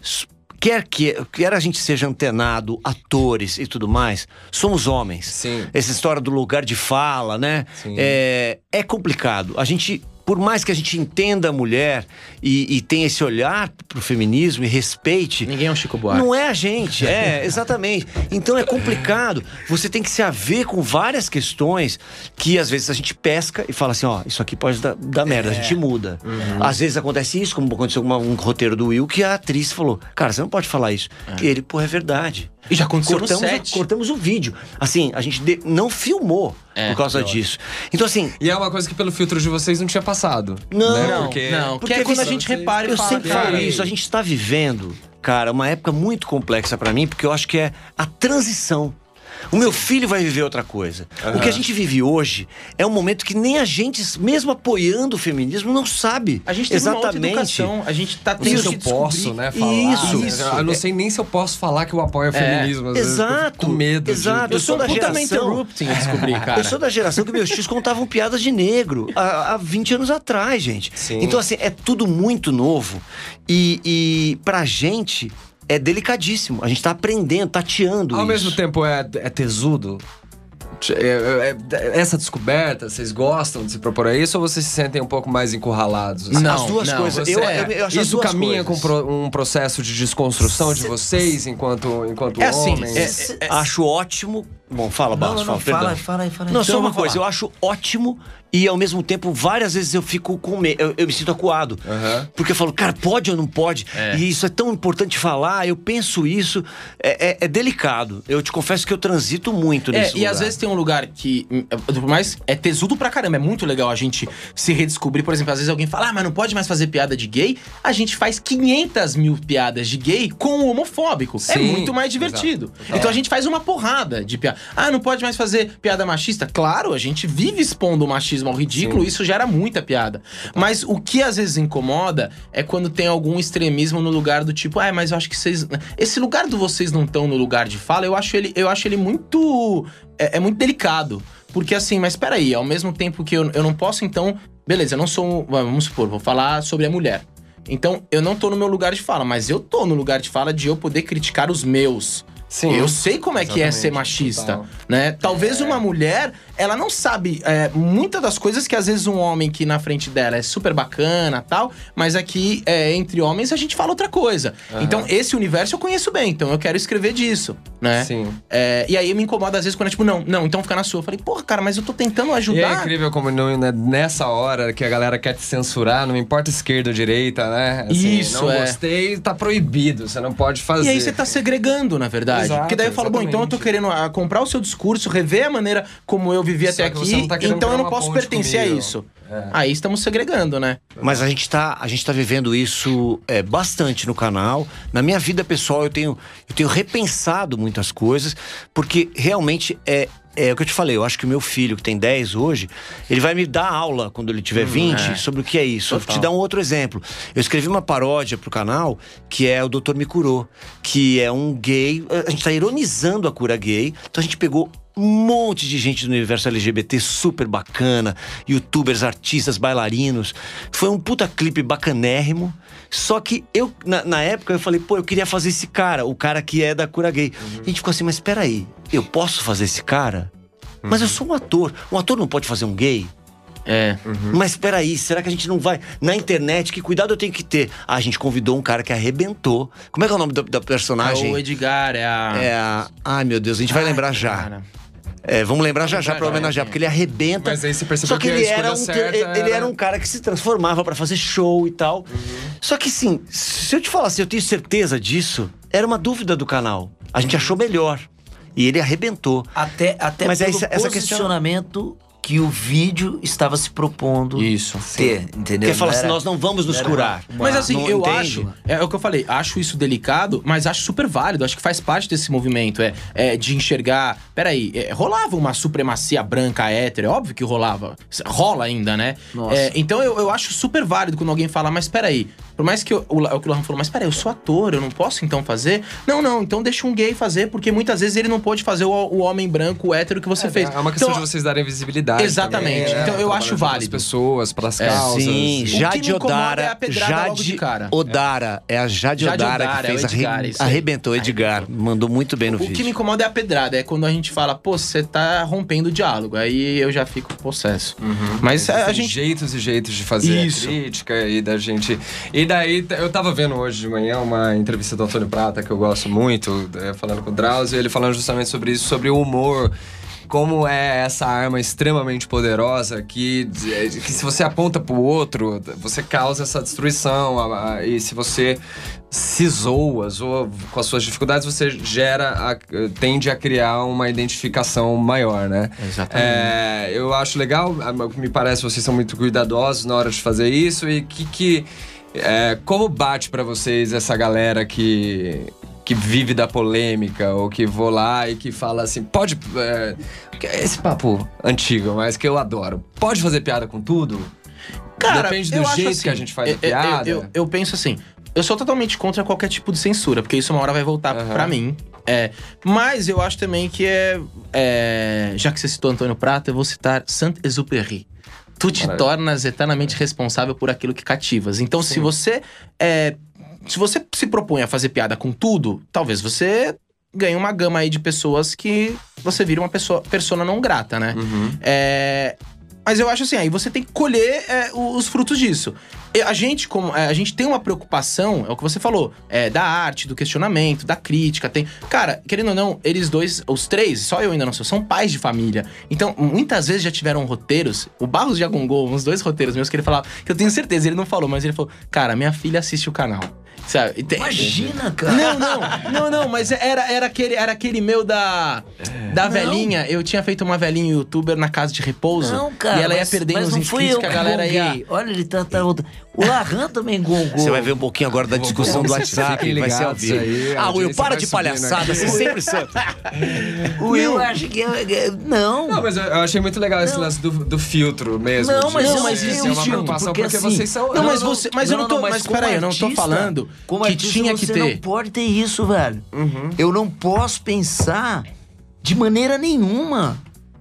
Quer a gente seja antenado, atores e tudo mais, somos homens. Sim. Essa história do lugar de fala, né? Sim. É complicado. A gente... Por mais que a gente entenda a mulher e tenha esse olhar pro feminismo e respeite, Ninguém é um Chico Buarque. não é a gente, exatamente. Então é complicado. Você tem que se haver com várias questões que às vezes a gente pesca e fala assim, ó, isso aqui pode dar merda, a gente muda. Às vezes acontece isso, como aconteceu com um roteiro do Will, que a atriz falou, cara, você não pode falar isso. E ele, pô, é verdade. E já aconteceu no set. Cortamos o vídeo. Assim, a gente não filmou por causa disso. Então assim, E é uma coisa que pelo filtro de vocês não tinha passado. Não, né? Não, Porque... não. porque Que é quando a você- gente repara e eu fala, sempre cara, falo isso, a gente está vivendo, cara, uma época muito complexa pra mim, porque eu acho que é a transição. O meu filho vai viver outra coisa. O que a gente vive hoje é um momento que nem a gente, mesmo apoiando o feminismo, não sabe A gente teve uma outra exatamente. educação, a gente tá Não sei tendo se eu que descobrir. posso, né, falar. Isso. Eu não sei nem se eu posso falar que eu apoio o feminismo. Às vezes eu fico Exato, com medo. exato. Eu sou da completamente geração. interrupting, eu descobri, cara. Eu sou da geração que meus tios contavam piadas de negro há 20 anos atrás, gente. Sim. Então, assim, é tudo muito novo. E pra gente é delicadíssimo. A gente tá aprendendo, tateando Ao isso. mesmo tempo é tesudo? Essa descoberta, vocês gostam de se propor a isso ou vocês se sentem um pouco mais encurralados? assim? Não, As duas não, coisas. você- Eu acho as Isso duas caminha coisas. com um processo de desconstrução de vocês enquanto É assim, homens? Acho ótimo. Bom, fala, Barros, não, fala, perdão. fala aí. Não, Então só eu uma vou coisa, falar. eu acho ótimo e ao mesmo tempo várias vezes eu fico com medo, eu me sinto acuado. Aham. Porque eu falo, cara, pode ou não pode? E isso é tão importante falar, eu penso isso, é delicado. Eu te confesso que eu transito muito nesse E lugar. às vezes tem um lugar que, por mais, é tesudo pra caramba, é muito legal a gente se redescobrir. Por exemplo, às vezes alguém fala, mas não pode mais fazer piada de gay. A gente faz 500 mil piadas de gay com o homofóbico. É Sim, muito mais divertido. Então a gente faz uma porrada de piada. Ah, não pode mais fazer piada machista? Claro, a gente vive expondo o machismo ao ridículo, Sim. isso gera muita piada. Mas o que às vezes incomoda é quando tem algum extremismo no lugar do tipo, mas eu acho que vocês... Esse lugar do vocês não estão no lugar de fala, eu acho ele muito... É muito delicado. Porque assim, mas peraí, ao mesmo tempo que eu não posso, então... Beleza, eu não sou... Vamos supor, vou falar sobre a mulher. Então, eu não tô no meu lugar de fala, mas eu tô no lugar de fala de eu poder criticar os meus. Sim. Eu sei como é que é ser Exatamente, machista, total. né? Talvez uma mulher, ela não sabe muitas das coisas que às vezes um homem que na frente dela é super bacana tal, mas aqui entre homens a gente fala outra coisa. Então esse universo eu conheço bem, então eu quero escrever disso, né? Sim. E aí me incomoda às vezes quando é tipo, não, então fica na sua. Eu falei, porra, cara, mas eu tô tentando E é ajudar. incrível como nessa hora que a galera quer te censurar, não importa esquerda ou direita, né? Assim, Isso, não é. gostei, tá proibido, você não pode fazer. E aí você tá segregando, na verdade. Exato, Porque daí eu falo, bom, então eu tô querendo comprar o seu discurso, rever a maneira como eu vivi Só até que aqui, você não tá querendo então eu criar não uma posso ponte pertencer comigo. a isso. Aí estamos segregando, né? Mas a gente tá vivendo isso bastante no canal. Na minha vida pessoal, eu tenho repensado muitas coisas, porque realmente é o que eu te falei, eu acho que o meu filho, que tem 10 hoje, ele vai me dar aula quando ele tiver 20 sobre o que é isso. Total. Vou te dar um outro exemplo. Eu escrevi uma paródia pro canal, que é o Doutor Me Curou, que é um gay. A gente tá ironizando a cura gay, então a gente pegou um monte de gente do universo LGBT super bacana, youtubers, artistas, bailarinos. Foi um puta clipe bacanérrimo. Só que eu, na época, eu falei, pô, eu queria fazer esse cara, o cara que é da cura gay. A gente ficou assim, mas peraí, eu posso fazer esse cara? Mas eu sou um ator. Um ator não pode fazer um gay? Mas peraí, será que a gente não vai... Na internet, que cuidado eu tenho que ter? A gente convidou um cara que arrebentou. Como é que é o nome da personagem? É o Edgar, Ai, meu Deus, a gente vai lembrar já. Cara. Vamos lembrar já pra homenagear, porque ele arrebenta. Mas aí você percebeu só que ele era um cara que se transformava pra fazer show e tal. Só que sim, se eu te falar assim, eu tenho certeza disso, era uma dúvida do canal. A gente achou melhor. E ele arrebentou. Até mas pelo essa posicionamento que o vídeo estava se propondo ter, entendeu? Porque fala assim, nós não vamos nos curar. Mas assim, não eu entende? acho, é o que eu falei, acho isso delicado, mas acho super válido, acho que faz parte desse movimento, de enxergar, peraí, rolava uma supremacia branca hétero, é óbvio que rola ainda, né? Então eu acho super válido quando alguém fala, mas peraí, por mais que é o que o Lohan falou, mas peraí, eu sou ator, eu não posso então fazer? Não, então deixa um gay fazer, porque muitas vezes ele não pode fazer o homem branco, o hétero que você fez. É uma questão então, de vocês darem visibilidade. Exatamente. Também, então eu acho válido. Para as pessoas, para as causas. Sim, Jade Odara. É a pedrada logo de cara. Odara. É a Jade Odara que fez arrebentou. Edgar. Mandou muito bem no vídeo. O que me incomoda é a pedrada. É quando a gente fala, pô, você tá rompendo o diálogo. Aí eu já fico possesso. Mas a gente... jeitos e jeitos de fazer a crítica e da gente... E daí, eu tava vendo hoje de manhã uma entrevista do Antônio Prata, que eu gosto muito, falando com o Drauzio, ele falando justamente sobre isso, sobre o humor. Como é essa arma extremamente poderosa que se você aponta pro outro, você causa essa destruição. E se você se zoa com as suas dificuldades, você tende a criar uma identificação maior, né? Exatamente. Eu acho legal, me parece que vocês são muito cuidadosos na hora de fazer isso. E como bate pra vocês essa galera que vive da polêmica, ou que vou lá e que fala assim, esse papo antigo, mas que eu adoro. Pode fazer piada com tudo? Cara, depende do jeito assim, que a gente faz a piada. Eu penso assim, eu sou totalmente contra qualquer tipo de censura, porque isso uma hora vai voltar pra mim. Mas eu acho também que já que você citou Antônio Prata, eu vou citar Saint-Exupéry. Tu te tornas eternamente responsável por aquilo que cativas. Então, se você se propõe a fazer piada com tudo, talvez você ganhe uma gama aí de pessoas que você vira uma persona não grata, né? Mas eu acho assim, aí você tem que colher os frutos disso. A gente tem uma preocupação, é o que você falou, da arte, do questionamento, da crítica. Cara, querendo ou não, eles dois, os três, só eu ainda não são pais de família. Então, muitas vezes já tiveram roteiros. O Barros já gongou uns 2 roteiros meus que ele falava, que eu tenho certeza, ele não falou, mas ele falou, cara, minha filha assiste o canal. Sabe? Imagina, cara. Não, mas era aquele meu da velhinha. Eu tinha feito uma velhinha youtuber na casa de repouso. Não, cara, e ela ia perdendo os inscritos que a galera ia... Olha, ele tá o Lahan também gongou. Você vai ver um pouquinho agora da discussão do WhatsApp, vai ser ao vivo. Will, para de palhaçada, você sempre santo. O Will acha que... Não, mas eu achei muito legal esse lance do filtro mesmo. Mas isso é uma preocupação, porque vocês são... Mas eu não tô... Mas peraí, eu não tô falando... Como que tinha que ter. Você não pode ter isso, velho. Eu não posso pensar de maneira nenhuma.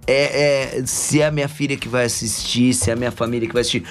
Se é a minha filha que vai assistir, se é a minha família que vai assistir.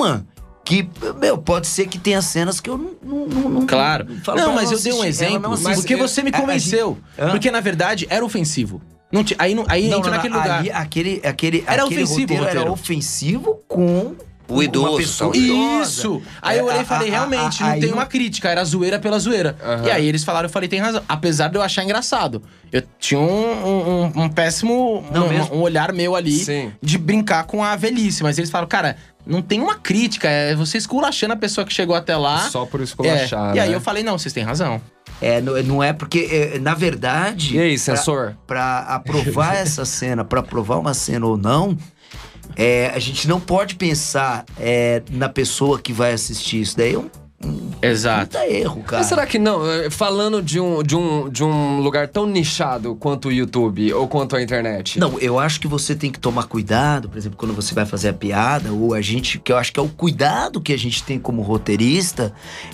Pode ser que tenha cenas que eu não claro. Não, mas eu dei um exemplo porque você me convenceu. Porque, na verdade, era ofensivo. Aí entra naquele lugar. Era ofensivo, era ofensivo com... O idoso. Isso! Aí eu olhei e falei, realmente, não tem uma crítica, era zoeira pela zoeira. E aí eles falaram, eu falei, tem razão. Apesar de eu achar engraçado. Eu tinha um péssimo... um olhar meu ali de brincar com a velhice. Mas eles falaram, cara, não tem uma crítica, é você esculachando a pessoa que chegou até lá. Só por esculachar, E aí eu falei, não, vocês têm razão. Não é porque, na verdade... E aí, censor? Pra aprovar essa cena, pra aprovar uma cena ou não... a gente não pode pensar na pessoa que vai assistir isso. Daí é um Exato. Puta erro, cara. Mas será que não? Falando de um lugar tão nichado quanto o YouTube ou quanto a internet. Não, eu acho que você tem que tomar cuidado, por exemplo, quando você vai fazer a piada, ou a gente, que eu acho que é o cuidado que a gente tem como roteirista,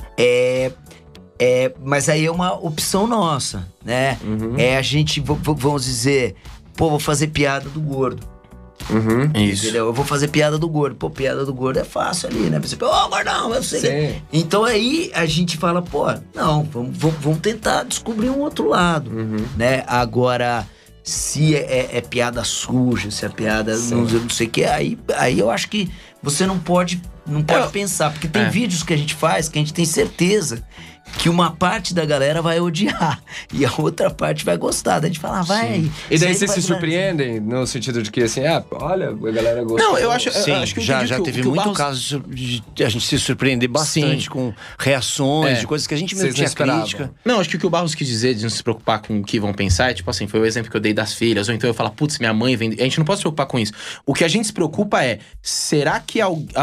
mas aí é uma opção nossa, né? É a gente, vamos dizer, pô, vou fazer piada do gordo. Isso. Entendeu? Eu vou fazer piada do gordo. Pô, piada do gordo é fácil ali, né? Você, ô, gordão, eu sei. Sim. Então aí a gente fala, pô, não, vamos tentar descobrir um outro lado, né? Agora, se é piada suja, se é piada não sei o que, aí eu acho que você não pode pensar, porque tem vídeos que a gente faz que a gente tem certeza que uma parte da galera vai odiar e a outra parte vai gostar. Daí a gente fala, vai aí. E daí Isso aí vocês vai se dar- surpreendem no sentido de que assim, olha, a galera gostou. Não, eu acho Sim, que eu já entendi que teve que o muito Barros- caso de a gente se surpreender bastante Sim. com reações, de coisas que a gente mesmo Vocês não tinha esperavam. crítica. Não, acho que o que o Barros quis dizer de não se preocupar com o que vão pensar é tipo assim, foi o exemplo que eu dei das filhas, ou então eu falar, putz, minha mãe vem. A gente não pode se preocupar com isso. O que a gente se preocupa é, será que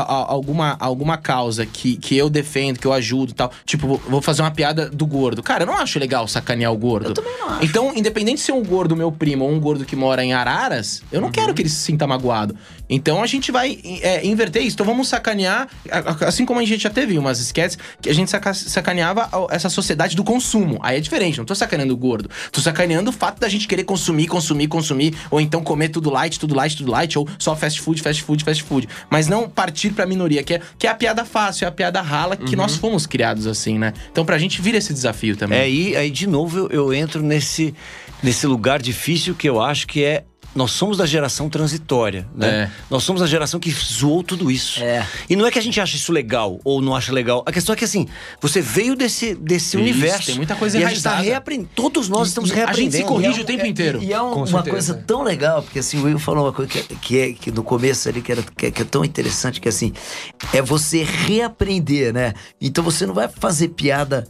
alguma causa que eu defendo, que eu ajudo e tal, tipo, vou fazer uma piada do gordo. Cara, eu não acho legal sacanear o gordo. Eu também não acho. Então, independente se é um gordo meu primo ou um gordo que mora em Araras, eu não quero que ele se sinta magoado. Então a gente vai inverter isso. Então vamos sacanear, assim como a gente já teve umas sketches que a gente sacaneava essa sociedade do consumo. Aí é diferente, não tô sacaneando o gordo. Tô sacaneando o fato da gente querer consumir, ou então comer tudo light, ou só fast food. Mas não partir pra minoria, que é a piada fácil, é a piada rala, que nós fomos criados assim, né? Então pra gente vira esse desafio também. Aí de novo eu entro nesse lugar difícil que eu acho que é. Nós somos da geração transitória, né? Nós somos a geração que zoou tudo isso. E não é que a gente acha isso legal ou não acha legal. A questão é que, assim, você veio desse universo. Tem muita coisa e a gente tá enraizada. reaprendendo. Todos nós estamos A reaprendendo. gente se corrige o tempo inteiro. E é Com uma certeza. coisa tão legal, porque assim, o Will falou uma coisa que no começo ali, que é tão interessante, que assim, é você reaprender, né? Então você não vai fazer piada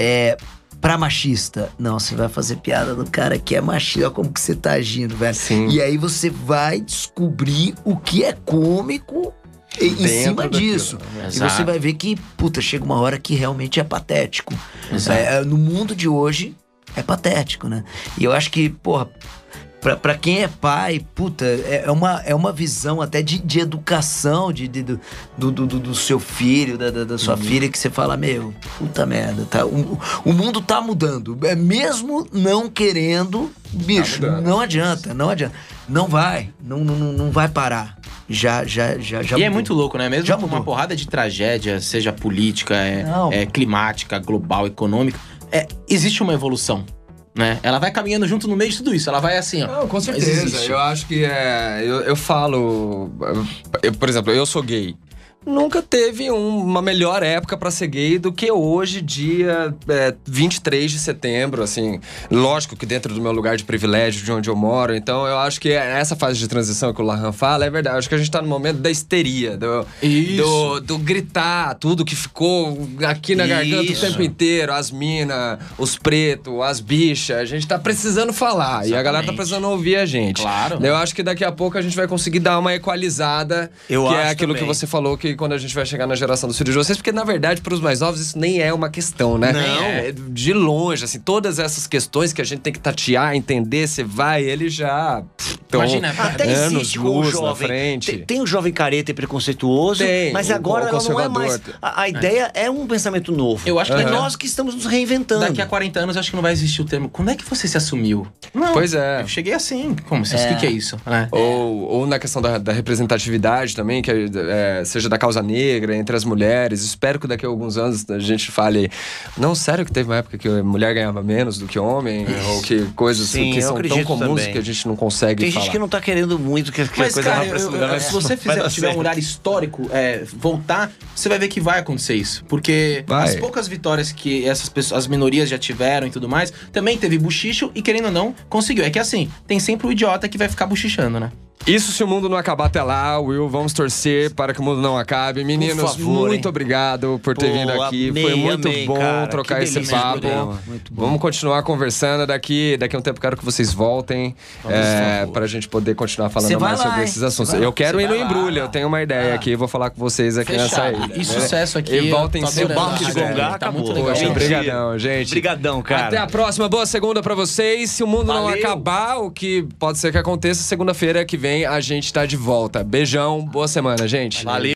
pra machista. Não, você vai fazer piada do cara que é machista. Olha como que você tá agindo, velho. Sim. E aí você vai descobrir o que é cômico em Dentro cima daquilo, disso. né? E Exato. você vai ver que, puta, chega uma hora que realmente é patético. Exato. No mundo de hoje, é patético, né? E eu acho que, porra, pra quem é pai, puta, é uma visão até de educação do seu filho, da sua filha, que você fala, meu, puta merda, tá? O mundo tá mudando. Mesmo não querendo, bicho, mudando. não adianta. Não vai parar. Já E é mudou. muito louco, né? Mesmo Já com mudou. uma porrada de tragédia, seja política, Não. climática, global, econômica, existe uma evolução, né? Ela vai caminhando junto no meio de tudo isso. Ela vai assim, ó. Não, com Mas certeza. existe. Eu acho que eu falo. Por exemplo, eu sou gay. Nunca teve uma melhor época pra ser gay do que hoje, dia 23 de setembro, assim. Lógico que dentro do meu lugar de privilégio, de onde eu moro. Então, eu acho que essa fase de transição que o Lahan fala é verdade. Eu acho que a gente tá no momento da histeria, do gritar, tudo que ficou aqui na garganta o Isso. tempo inteiro. As minas, os pretos, as bichas. A gente tá precisando falar. E a galera tá Exatamente. precisando ouvir a gente. Claro. Eu acho que daqui a pouco a gente vai conseguir dar uma equalizada. Eu que é acho aquilo também. que você falou, que quando a gente vai chegar na geração dos filhos de vocês, porque na verdade, para os mais novos, isso nem é uma questão, né? Não. É de longe, assim, todas essas questões que a gente tem que tatear, entender, você vai, ele já. Tão Imagina, Até anos existe com o luz na jovem. frente. Tem o jovem careta e preconceituoso, Tem, mas o agora ela não é conservador. mais. A ideia é um pensamento novo. Eu acho que é daqui a- nós que estamos nos reinventando. Daqui a 40 anos, acho que não vai existir o termo. Quando é que você se assumiu? Não. Pois é. Eu cheguei assim. Como? O que é isso? Né? Ou na questão da representatividade também, que seja da causa negra, entre as mulheres. Espero que daqui a alguns anos a gente fale. Não, sério que teve uma época que a mulher ganhava menos do que homem? Ou que coisas Sim, que eu são tão acredito comuns também. que a gente não consegue Tem falar. gente que não tá querendo muito que a Mas, coisa cara, vá pra esse lugar. mas se você vai dar tiver um certo. olhar histórico, voltar, você vai ver que vai acontecer isso. Porque Vai. as poucas vitórias que essas pessoas, as minorias já tiveram e tudo mais, também teve buchicho e, querendo ou não, conseguiu. É que assim, tem sempre o idiota que vai ficar buchichando, né? Isso se o mundo não acabar até lá, Will, vamos torcer para que o mundo não acabe. Meninos, favor, muito obrigado por ter vindo aqui. Foi muito bom cara, trocar que esse delícia de papo. programa. Muito bom. Vamos continuar conversando. Daqui a um tempo quero que vocês voltem para a gente poder continuar falando Você vai mais lá, sobre hein? esses assuntos. Você vai Eu quero lá. ir no Você vai lá. Embrulha, eu tenho uma ideia aqui, vou falar com vocês aqui nessa aí. Fechado. E sucesso aqui. E voltem eu tô sempre. adorando. Barco de Tá Gongar, tá muito acabou. legal. Poxa, Mentira. obrigadão, gente. Obrigadão, cara. Até a próxima. Boa segunda pra vocês. Se o mundo não Valeu. acabar, o que pode ser que aconteça, segunda-feira que vem a gente tá de volta. Beijão, boa semana, gente. Valeu.